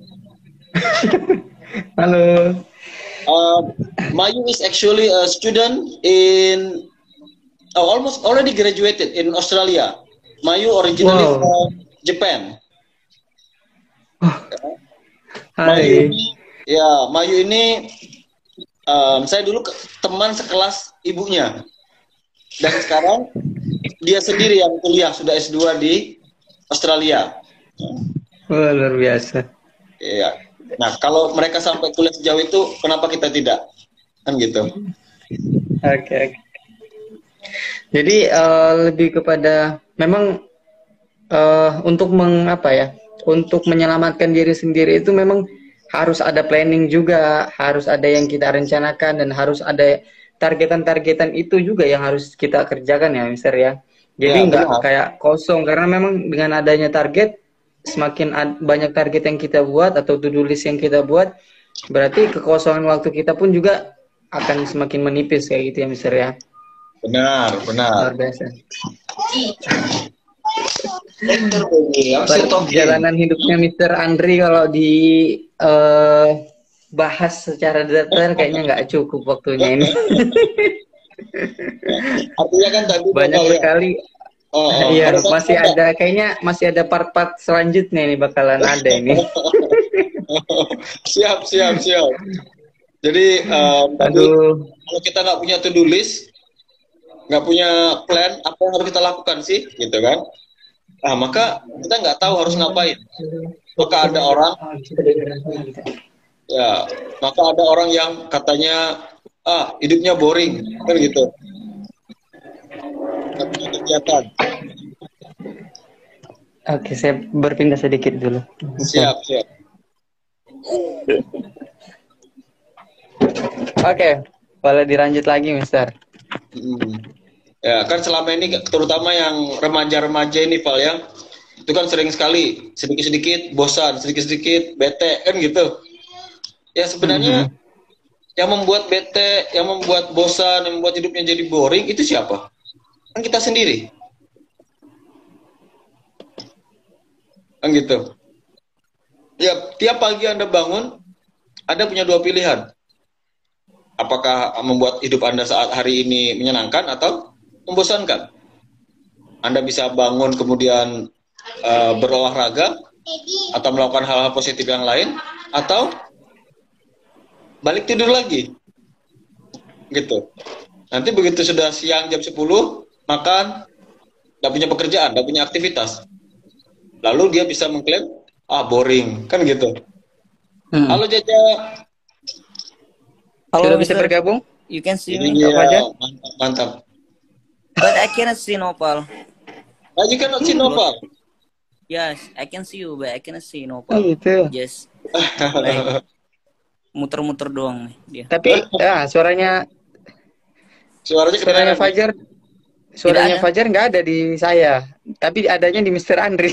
Halo. Uh, Mayu is actually a student in oh, almost already graduated in Australia. Mayu originally wow. from Japan. Oh. Mayu ini, ya Mayu ini um, saya dulu ke, teman sekelas ibunya, dan sekarang dia sendiri yang kuliah sudah S dua di Australia. Oh, luar biasa. Iya. Nah kalau mereka sampai kuliah sejauh itu, kenapa kita tidak? Kan gitu. Oke. Okay, okay. Jadi uh, lebih kepada memang uh, untuk mengapa ya? Untuk menyelamatkan diri sendiri itu memang harus ada planning juga, harus ada yang kita rencanakan, dan harus ada targetan-targetan itu juga yang harus kita kerjakan ya, Mister ya. Jadi nggak ya, kayak kosong, karena memang dengan adanya target, semakin ad- banyak target yang kita buat atau to-do list yang kita buat, berarti kekosongan waktu kita pun juga akan semakin menipis kayak gitu ya, Mister ya. Benar, benar. Luar biasa. Mister Perjalanan hidupnya mister Andri kalau di eh, bahas secara detail kayaknya nggak cukup waktunya ini. Artinya kan tadi Banyak bakal ya. sekali. Oh, oh, Iya, pada saat masih kita- ada kayaknya masih ada part-part selanjutnya ini bakalan ada ini. siap, siap, siap. Jadi um, tadi Aduh, kalau kita nggak punya to-do list, nggak punya plan, apa yang harus kita lakukan sih, gitu kan? Nah, maka kita nggak tahu harus ngapain. Maka ada orang, ya, maka ada orang yang katanya, ah, hidupnya boring, kan gitu. Nggak punya kegiatan. oke, saya berpindah sedikit dulu. Siap, siap. Oke, boleh dilanjut lagi, Mister. Hmm. Ya, kan selama ini terutama yang remaja-remaja ini, Val, ya, itu kan sering sekali sedikit-sedikit bosan, sedikit-sedikit bete, kan gitu. Ya sebenarnya yang membuat bete, yang membuat bosan, yang membuat hidupnya jadi boring itu siapa? Kan kita sendiri. Kan gitu. Ya, tiap pagi Anda bangun, Anda punya dua pilihan. Apakah membuat hidup Anda saat hari ini menyenangkan atau membosankan? Anda bisa bangun kemudian uh, berolahraga atau melakukan hal-hal positif yang lain, atau balik tidur lagi. Gitu. Nanti begitu sudah siang jam sepuluh, makan, tidak punya pekerjaan, tidak punya aktivitas. Lalu dia bisa mengklaim, ah boring, kan gitu. Hmm. Halo Jaja. Halo, Sudah bisa Mister. bergabung? You can see me, Iya, Fajar? mantap, mantap. but I cannot see Nopal. Nah, you cannot see Nopal. Yes, I can see you, but I cannot see Oh Nopal. gitu. Just like muter-muter doang nih dia. Tapi ya suaranya Suaranya suaranya kedengaran. Fajar suaranya Tidak ada. Fajar nggak ada di saya, tapi adanya di mister Andri.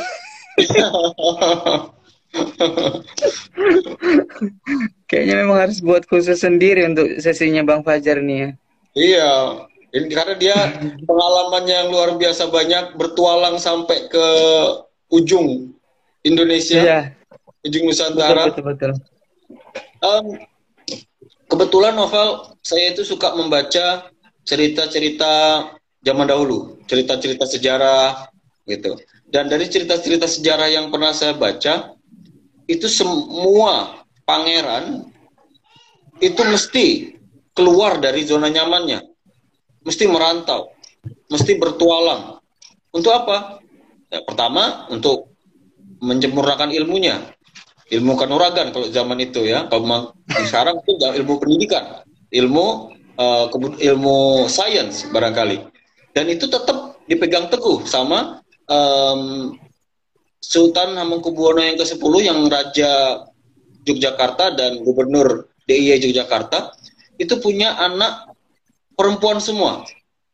Kayaknya memang harus buat khusus sendiri untuk sesinya Bang Fajar nih ya. Iya, ini karena dia pengalamannya yang luar biasa banyak, bertualang sampai ke ujung Indonesia, Iya, ujung betul Nusantara. betul betul. Em, kebetulan novel saya itu suka membaca cerita-cerita zaman dahulu, cerita-cerita sejarah gitu. Dan dari cerita-cerita sejarah yang pernah saya baca, itu semua pangeran itu mesti keluar dari zona nyamannya, mesti merantau, mesti bertualang. Untuk apa? Ya, pertama, untuk menyempurnakan ilmunya, ilmu kanuragan kalau zaman itu ya. Kalau memang sekarang itu ilmu pendidikan, ilmu uh, ilmu sains barangkali. Dan itu tetap dipegang teguh sama um, Sultan Hamengkubuwono yang kesepuluh, yang Raja Yogyakarta dan Gubernur D I Y Yogyakarta, itu punya anak perempuan semua.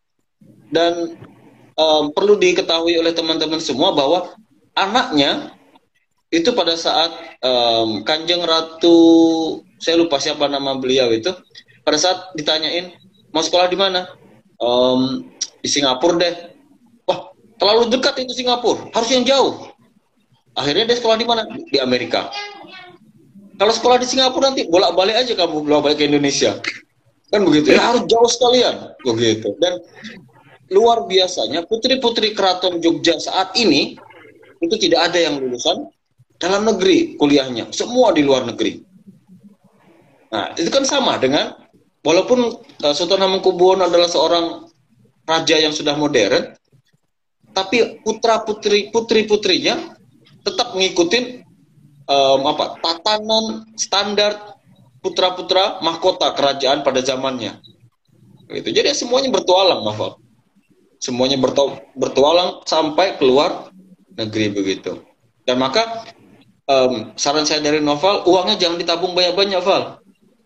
Dan um, perlu diketahui oleh teman-teman semua bahwa anaknya itu pada saat um, Kanjeng Ratu, saya lupa siapa nama beliau itu, pada saat ditanyain mau sekolah di mana, um, di Singapura deh. Wah, terlalu dekat itu Singapura, harus yang jauh. Akhirnya dia sekolah di mana? Di Amerika. Kalau sekolah di Singapura nanti bolak-balik aja kamu bolak-balik ke Indonesia. Kan begitu. Ya harus jauh sekalian. Begitu. Dan luar biasanya putri-putri keraton Jogja saat ini itu tidak ada yang lulusan dalam negeri kuliahnya. Semua di luar negeri. Nah, itu kan sama dengan walaupun uh, Sultan Hamengkubuwono adalah seorang raja yang sudah modern, tapi putra-putri putri-putrinya tetap mengikuti um, apa tatanan standar putra-putra mahkota kerajaan pada zamannya. Gitu. Jadi semuanya bertualang, Novel. Semuanya bertu bertualang sampai keluar negeri begitu. Dan maka um, saran saya dari Novel, uangnya jangan ditabung banyak-banyak, Val.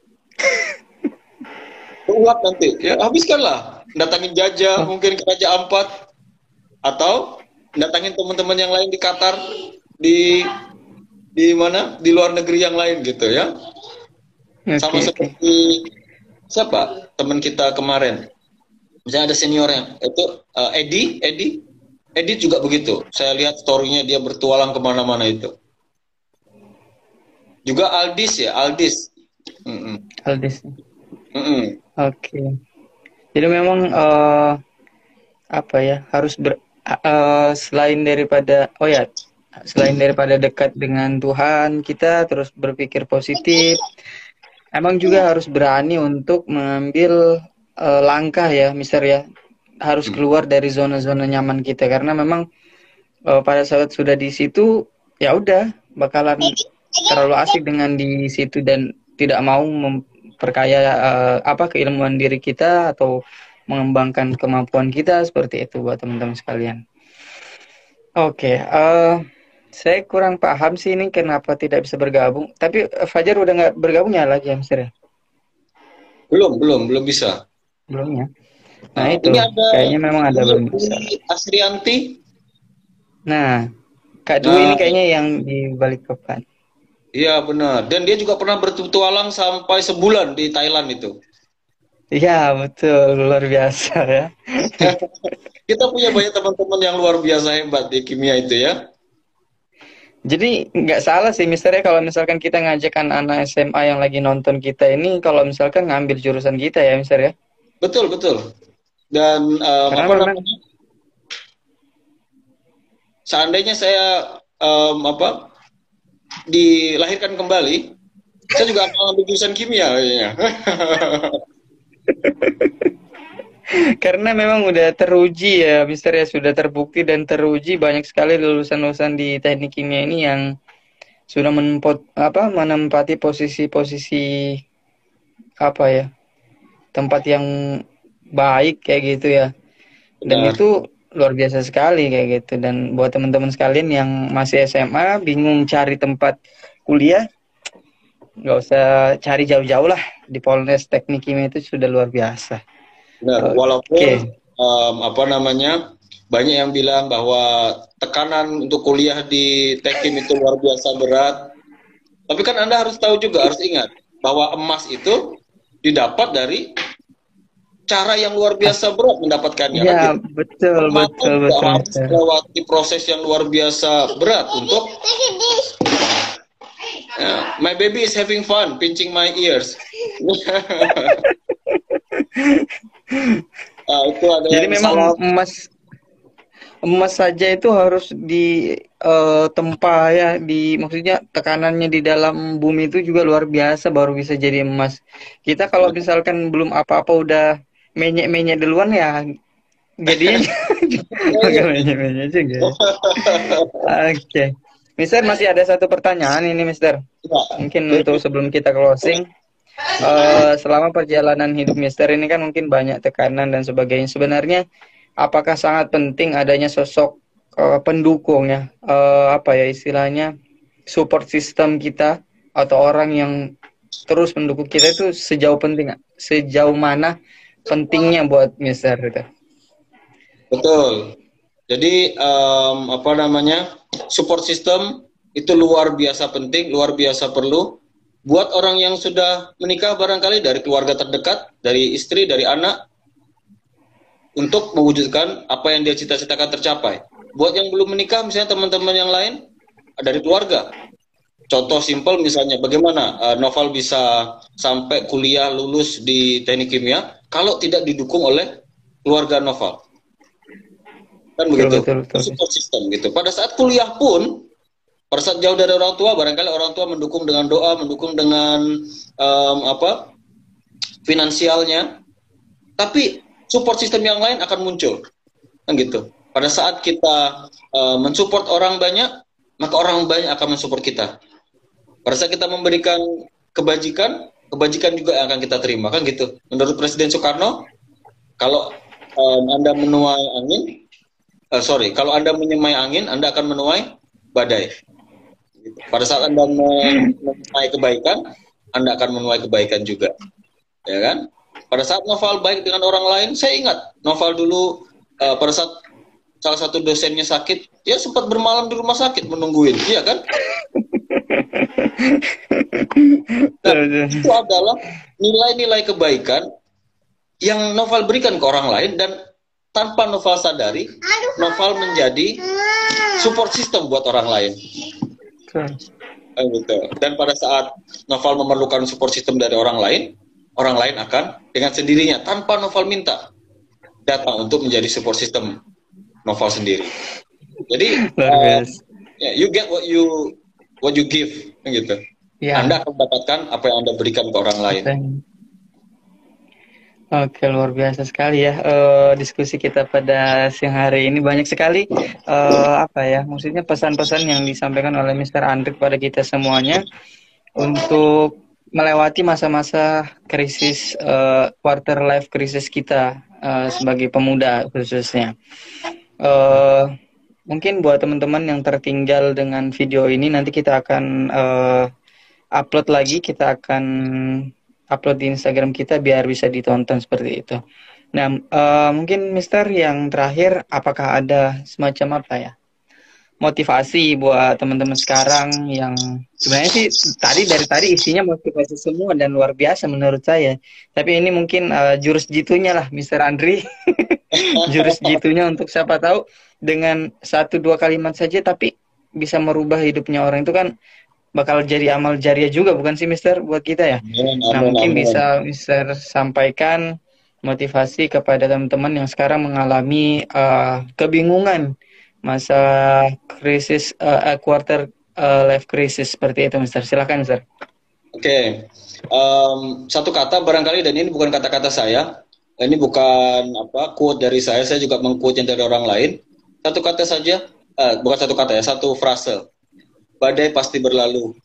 Uang nanti, ya habiskanlah. Datangin Jaja, mungkin ke Raja Ampat, atau datangin teman-teman yang lain di Qatar, di di mana di luar negeri yang lain gitu ya. Okay, sama seperti okay. Siapa teman kita kemarin Misalnya ada seniornya, itu uh, Edi, Edi, Edi juga begitu. Saya lihat story-nya dia bertualang kemana-mana itu. Juga Aldis ya, Aldis. Mm-mm. Aldis. Mm-mm. Oke. Okay. Jadi memang uh, apa ya, harus ber, uh, selain daripada oh ya, selain daripada dekat dengan Tuhan, kita terus berpikir positif. Emang juga harus berani untuk mengambil uh, langkah ya, Mister ya. Harus keluar dari zona-zona nyaman kita, karena memang uh, pada saat sudah di situ ya udah bakalan terlalu asik dengan di situ dan tidak mau memperkaya uh, apa keilmuan diri kita atau mengembangkan kemampuan kita, seperti itu buat teman-teman sekalian. Oke, okay, uh, saya kurang paham sih ini kenapa tidak bisa bergabung. Tapi uh, Fajar udah nggak bergabungnya lagi ya, Mister? Belum, belum, belum bisa. Belum ya. Nah, uh, itu ada, kayaknya memang ada belum bisa. Asrianti. Nah, Kak Dwi nah, ini kayaknya yang di Balikpapan. Iya benar. Dan dia juga pernah bertualang sampai sebulan di Thailand itu. Iya betul, luar biasa ya. Kita punya banyak teman-teman yang luar biasa hebat di kimia itu ya. Jadi nggak salah sih Mister ya kalau misalkan kita ngajak anak S M A yang lagi nonton kita ini, kalau misalkan ngambil jurusan kita ya Mister ya. Betul betul. Dan um, apa namanya? Seandainya saya um, apa dilahirkan kembali, saya juga akan ambil jurusan kimia kayaknya. Karena memang udah teruji ya Mister ya, sudah terbukti dan teruji banyak sekali lulusan-lulusan di teknik kimia ini yang sudah menempot, apa, menempati posisi-posisi apa ya, tempat yang baik kayak gitu ya. Dan Benar. Itu luar biasa sekali kayak gitu. Dan buat teman-teman sekalian yang masih S M A bingung cari tempat kuliah, nggak usah cari jauh-jauh lah, di Polres Teknik Kimia itu sudah luar biasa. Benar, walaupun okay. um, apa namanya banyak yang bilang bahwa tekanan untuk kuliah di Tekim itu luar biasa berat. Tapi kan Anda harus tahu juga, harus ingat bahwa emas itu didapat dari cara yang luar biasa berat mendapatkannya. Ya, kan, gitu? betul, emas betul, betul, betul. Harus melewati proses yang luar biasa berat untuk. Yeah, my baby is having fun pinching my ears. Nah, itu ada Jadi yang memang salah. emas emas saja itu harus di uh, tempa ya, di maksudnya tekanannya di dalam bumi itu juga luar biasa baru bisa jadi emas. Kita kalau misalkan belum apa-apa udah menyek-menyek duluan ya jadinya agak menyek-menyek juga. Oke. Okay. Mister masih ada satu pertanyaan ini Mister. Mungkin untuk sebelum kita closing. Uh, selama perjalanan hidup Mister ini kan mungkin banyak tekanan dan sebagainya. Sebenarnya apakah sangat penting adanya sosok uh, pendukung ya, uh, apa ya istilahnya, support system kita atau orang yang terus mendukung kita itu sejauh penting, sejauh mana pentingnya buat Mister gitu? Betul. Jadi um, apa namanya support system itu luar biasa penting, luar biasa perlu. Buat orang yang sudah menikah barangkali dari keluarga terdekat, dari istri, dari anak, untuk mewujudkan apa yang dia cita-citakan tercapai. Buat yang belum menikah, misalnya teman-teman yang lain, dari keluarga. Contoh simpel misalnya, bagaimana uh, Noval bisa sampai kuliah lulus di teknik kimia, kalau tidak didukung oleh keluarga Noval. Kan begitu, betul, betul, betul. Support system gitu. Pada saat kuliah pun, pada saat jauh dari orang tua, barangkali orang tua mendukung dengan doa, mendukung dengan um, apa finansialnya, tapi support system yang lain akan muncul, kan gitu. Pada saat kita uh, mensupport orang banyak, maka orang banyak akan mensupport kita. Pada saat kita memberikan kebajikan, kebajikan juga akan kita terima, kan gitu. Menurut Presiden Soekarno, kalau um, Anda menuai angin, uh, sorry, kalau Anda menyemai angin, Anda akan menuai badai. Pada saat Anda menuai kebaikan, Anda akan menuai kebaikan juga, ya kan? Pada saat Noval baik dengan orang lain, saya ingat Noval dulu uh, pada saat salah satu dosennya sakit, dia sempat bermalam di rumah sakit menungguin, iya kan? Nah, itu adalah nilai-nilai kebaikan yang Noval berikan ke orang lain, dan tanpa Noval sadari, Noval menjadi support system buat orang lain. Eh, betul. Dan pada saat Noval memerlukan support system dari orang lain, orang lain akan dengan sendirinya tanpa Noval minta datang untuk menjadi support system Noval sendiri. Jadi uh, yeah, you get what you what you give, gitu. Yeah. Anda akan mendapatkan apa yang Anda berikan ke orang lain. Oke, luar biasa sekali ya uh, diskusi kita pada siang hari ini. Banyak sekali uh, apa ya, maksudnya pesan-pesan yang disampaikan oleh mister Andri kepada kita semuanya untuk melewati masa-masa krisis uh, quarter life krisis kita uh, sebagai pemuda khususnya. Uh, mungkin buat teman-teman yang tertinggal dengan video ini, nanti kita akan uh, upload lagi, kita akan upload di Instagram kita biar bisa ditonton seperti itu. Nah, uh, mungkin Mister yang terakhir, apakah ada semacam apa ya, motivasi buat teman-teman sekarang yang sebenarnya sih tadi dari tadi isinya motivasi semua dan luar biasa menurut saya. Tapi ini mungkin uh, jurus jitunya lah mister Andri. Jurus jitunya untuk siapa tahu dengan satu dua kalimat saja tapi bisa merubah hidupnya orang, itu kan bakal jadi amal jariah juga, bukan sih Mister buat kita ya? Amin, nah amin, mungkin amin. Bisa Mister sampaikan motivasi kepada teman-teman yang sekarang mengalami uh, kebingungan masa krisis uh, quarter uh, life crisis seperti itu, Mister. Silakan, Mister. Oke, okay. um, satu kata barangkali, dan ini bukan kata-kata saya, ini bukan apa quote dari saya, saya juga mengquote yang dari orang lain. Satu kata saja, uh, bukan satu kata ya, satu frase. Badai pasti berlalu.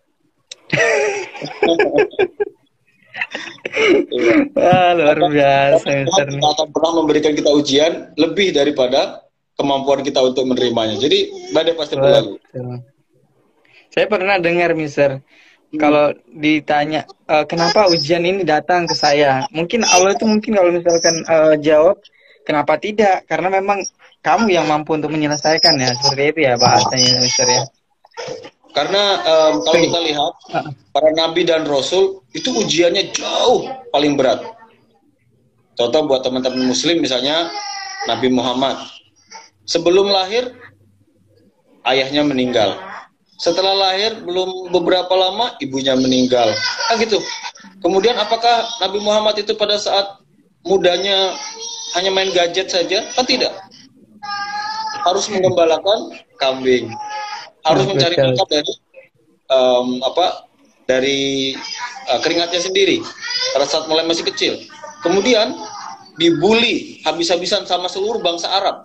Wah, luar biasa, Mister. Kita akan pernah memberikan kita ujian lebih daripada kemampuan kita untuk menerimanya. Jadi badai pasti berlalu. Saya pernah dengar, Mister, hmm. kalau ditanya e, kenapa ujian ini datang ke saya, mungkin Allah itu mungkin kalau misalkan uh, jawab kenapa tidak, karena memang kamu yang mampu untuk menyelesaikan, ya seperti itu ya bahasanya, Mister ya. Karena um, kalau kita lihat para nabi dan rasul itu ujiannya jauh paling berat. Contoh buat teman-teman muslim misalnya Nabi Muhammad. Sebelum lahir ayahnya meninggal. Setelah lahir belum beberapa lama ibunya meninggal. Ah gitu. Kemudian apakah Nabi Muhammad itu pada saat mudanya hanya main gadget saja? Kan tidak. Harus menggembalakan kambing. Harus mencari nafkah dari um, apa dari uh, keringatnya sendiri pada saat mulai masih kecil. Kemudian dibully habis-habisan sama seluruh bangsa Arab,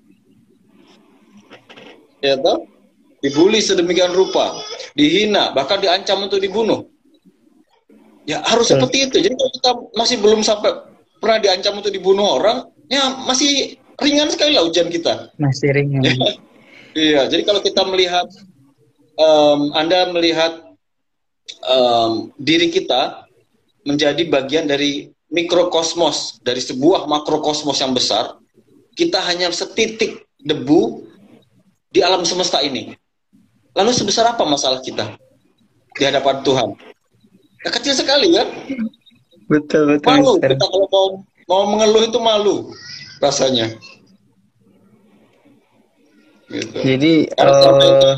ya toh? Dibully sedemikian rupa, dihina, bahkan diancam untuk dibunuh. Ya harus hmm. seperti itu. Jadi kalau kita masih belum sampai pernah diancam untuk dibunuh orang, ya masih ringan sekali lah ujian kita. Masih ringan. Iya, jadi kalau kita melihat, um, Anda melihat um, diri kita menjadi bagian dari mikrokosmos, dari sebuah makrokosmos yang besar, kita hanya setitik debu di alam semesta ini. Lalu sebesar apa masalah kita di hadapan Tuhan? Ya, kecil sekali kan? Betul, betul. Malu, kita kalau mau, mau mengeluh itu malu rasanya. Gitu. Jadi uh,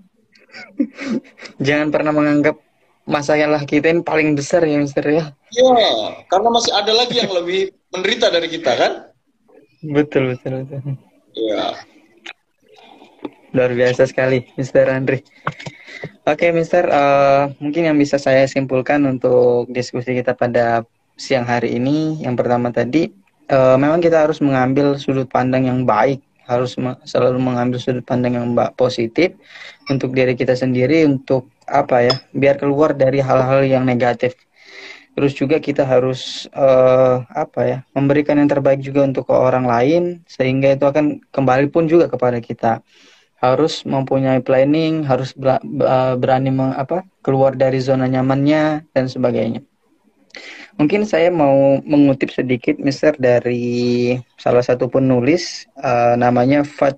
jangan pernah menganggap masalah kita ini paling besar ya, Mister ya. Iya, karena masih ada lagi yang lebih menderita dari kita kan. Betul, betul, betul. Iya. Luar biasa sekali, Mister Andri. Oke, Mister, uh, mungkin yang bisa saya simpulkan untuk diskusi kita pada siang hari ini, yang pertama tadi, uh, memang kita harus mengambil sudut pandang yang baik, harus selalu mengambil sudut pandang yang positif untuk diri kita sendiri, untuk apa ya, biar keluar dari hal-hal yang negatif. Terus juga kita harus uh, apa ya, memberikan yang terbaik juga untuk ke orang lain, sehingga itu akan kembali pun juga kepada kita. Harus mempunyai planning, harus berani meng, apa, keluar dari zona nyamannya dan sebagainya. Mungkin saya mau mengutip sedikit, Mister, dari salah satu penulis, uh, namanya Fat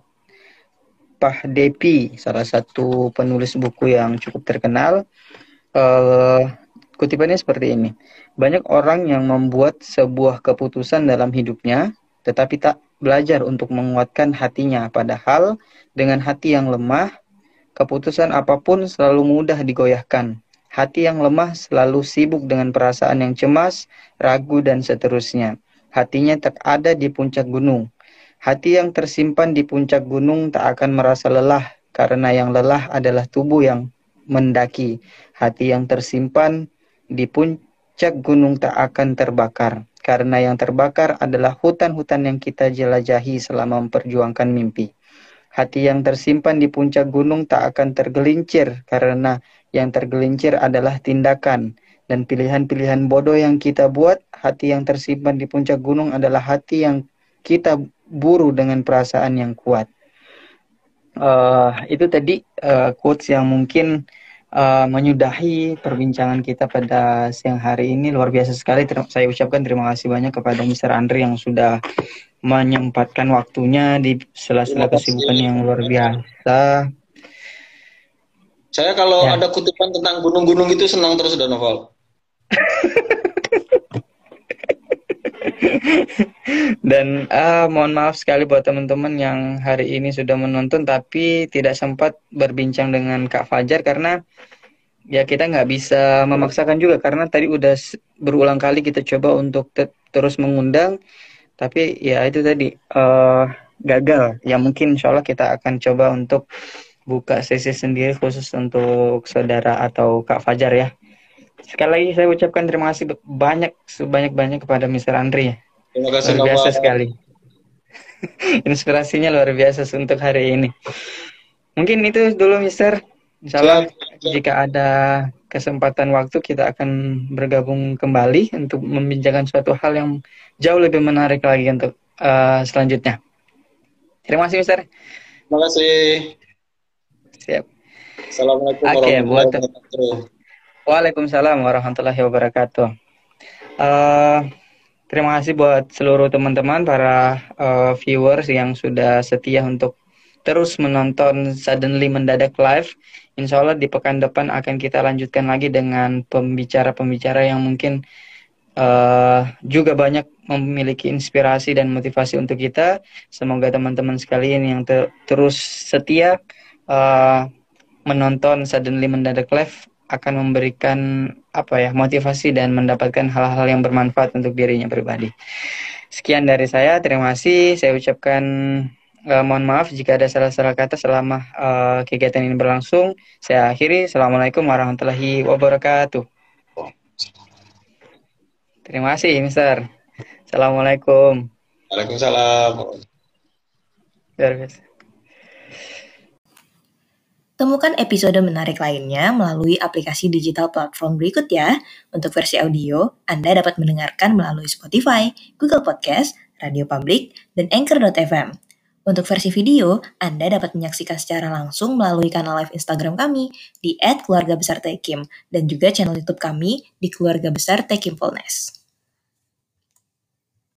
Pahdepi, salah satu penulis buku yang cukup terkenal. Uh, kutipannya seperti ini. Banyak orang yang membuat sebuah keputusan dalam hidupnya, tetapi tak belajar untuk menguatkan hatinya. Padahal dengan hati yang lemah, keputusan apapun selalu mudah digoyahkan. Hati yang lemah selalu sibuk dengan perasaan yang cemas, ragu, dan seterusnya. Hatinya tak ada di puncak gunung. Hati yang tersimpan di puncak gunung tak akan merasa lelah, karena yang lelah adalah tubuh yang mendaki. Hati yang tersimpan di puncak gunung tak akan terbakar, karena yang terbakar adalah hutan-hutan yang kita jelajahi selama memperjuangkan mimpi. Hati yang tersimpan di puncak gunung tak akan tergelincir, karena yang tergelincir adalah tindakan dan pilihan-pilihan bodoh yang kita buat. Hati yang tersimpan di puncak gunung adalah hati yang kita buru dengan perasaan yang kuat. Uh, itu tadi uh, quotes yang mungkin uh, menyudahi perbincangan kita pada siang hari ini. Luar biasa sekali. Ter- saya ucapkan terima kasih banyak kepada mister Andri yang sudah menyempatkan waktunya di sela-sela kesibukan yang luar biasa. Saya kalau Ya. ada kutipan tentang gunung-gunung itu senang terus, udah Noval. Dan uh, mohon maaf sekali buat teman-teman yang hari ini sudah menonton tapi tidak sempat berbincang dengan Kak Fajar, karena ya kita nggak bisa memaksakan juga, karena tadi udah berulang kali kita coba untuk te- terus mengundang, tapi ya itu tadi uh, gagal. Ya mungkin insya Allah kita akan coba untuk buka sesi sendiri khusus untuk saudara atau Kak Fajar ya. Sekali lagi saya ucapkan terima kasih banyak, sebanyak-banyak kepada mister Andri. Terima kasih, Luar biasa Noval. sekali. Inspirasinya luar biasa untuk hari ini. Mungkin itu dulu mister. Insyaallah jika ada kesempatan waktu kita akan bergabung kembali untuk membincangkan suatu hal yang jauh lebih menarik lagi untuk uh, selanjutnya. Terima kasih mister. Terima kasih. Siap. Assalamualaikum Oke, warahmatullahi buat wabarakatuh. Waalaikumsalam warahmatullahi wabarakatuh. Uh, terima kasih buat seluruh teman-teman para uh, viewers yang sudah setia untuk terus menonton Suddenly Mendadak Live. Insya Allah di pekan depan akan kita lanjutkan lagi dengan pembicara-pembicara yang mungkin uh, juga banyak memiliki inspirasi dan motivasi untuk kita. Semoga teman-teman sekalian yang ter- terus setia uh, menonton Suddenly Mendadak Live akan memberikan apa ya motivasi dan mendapatkan hal-hal yang bermanfaat untuk dirinya pribadi. Sekian dari saya, terima kasih. Saya ucapkan uh, mohon maaf jika ada salah-salah kata selama uh, kegiatan ini berlangsung. Saya akhiri. Assalamualaikum warahmatullahi wabarakatuh. Terima kasih, mister. Assalamualaikum. Waalaikumsalam. Luar biasa. Temukan episode menarik lainnya melalui aplikasi digital platform berikut ya. Untuk versi audio, Anda dapat mendengarkan melalui Spotify, Google Podcast, Radio Public, dan Anchor dot f m. Untuk versi video, Anda dapat menyaksikan secara langsung melalui kanal live Instagram kami di et keluarga besar tekim dan juga channel YouTube kami di Keluarga Besar Tekimfulness.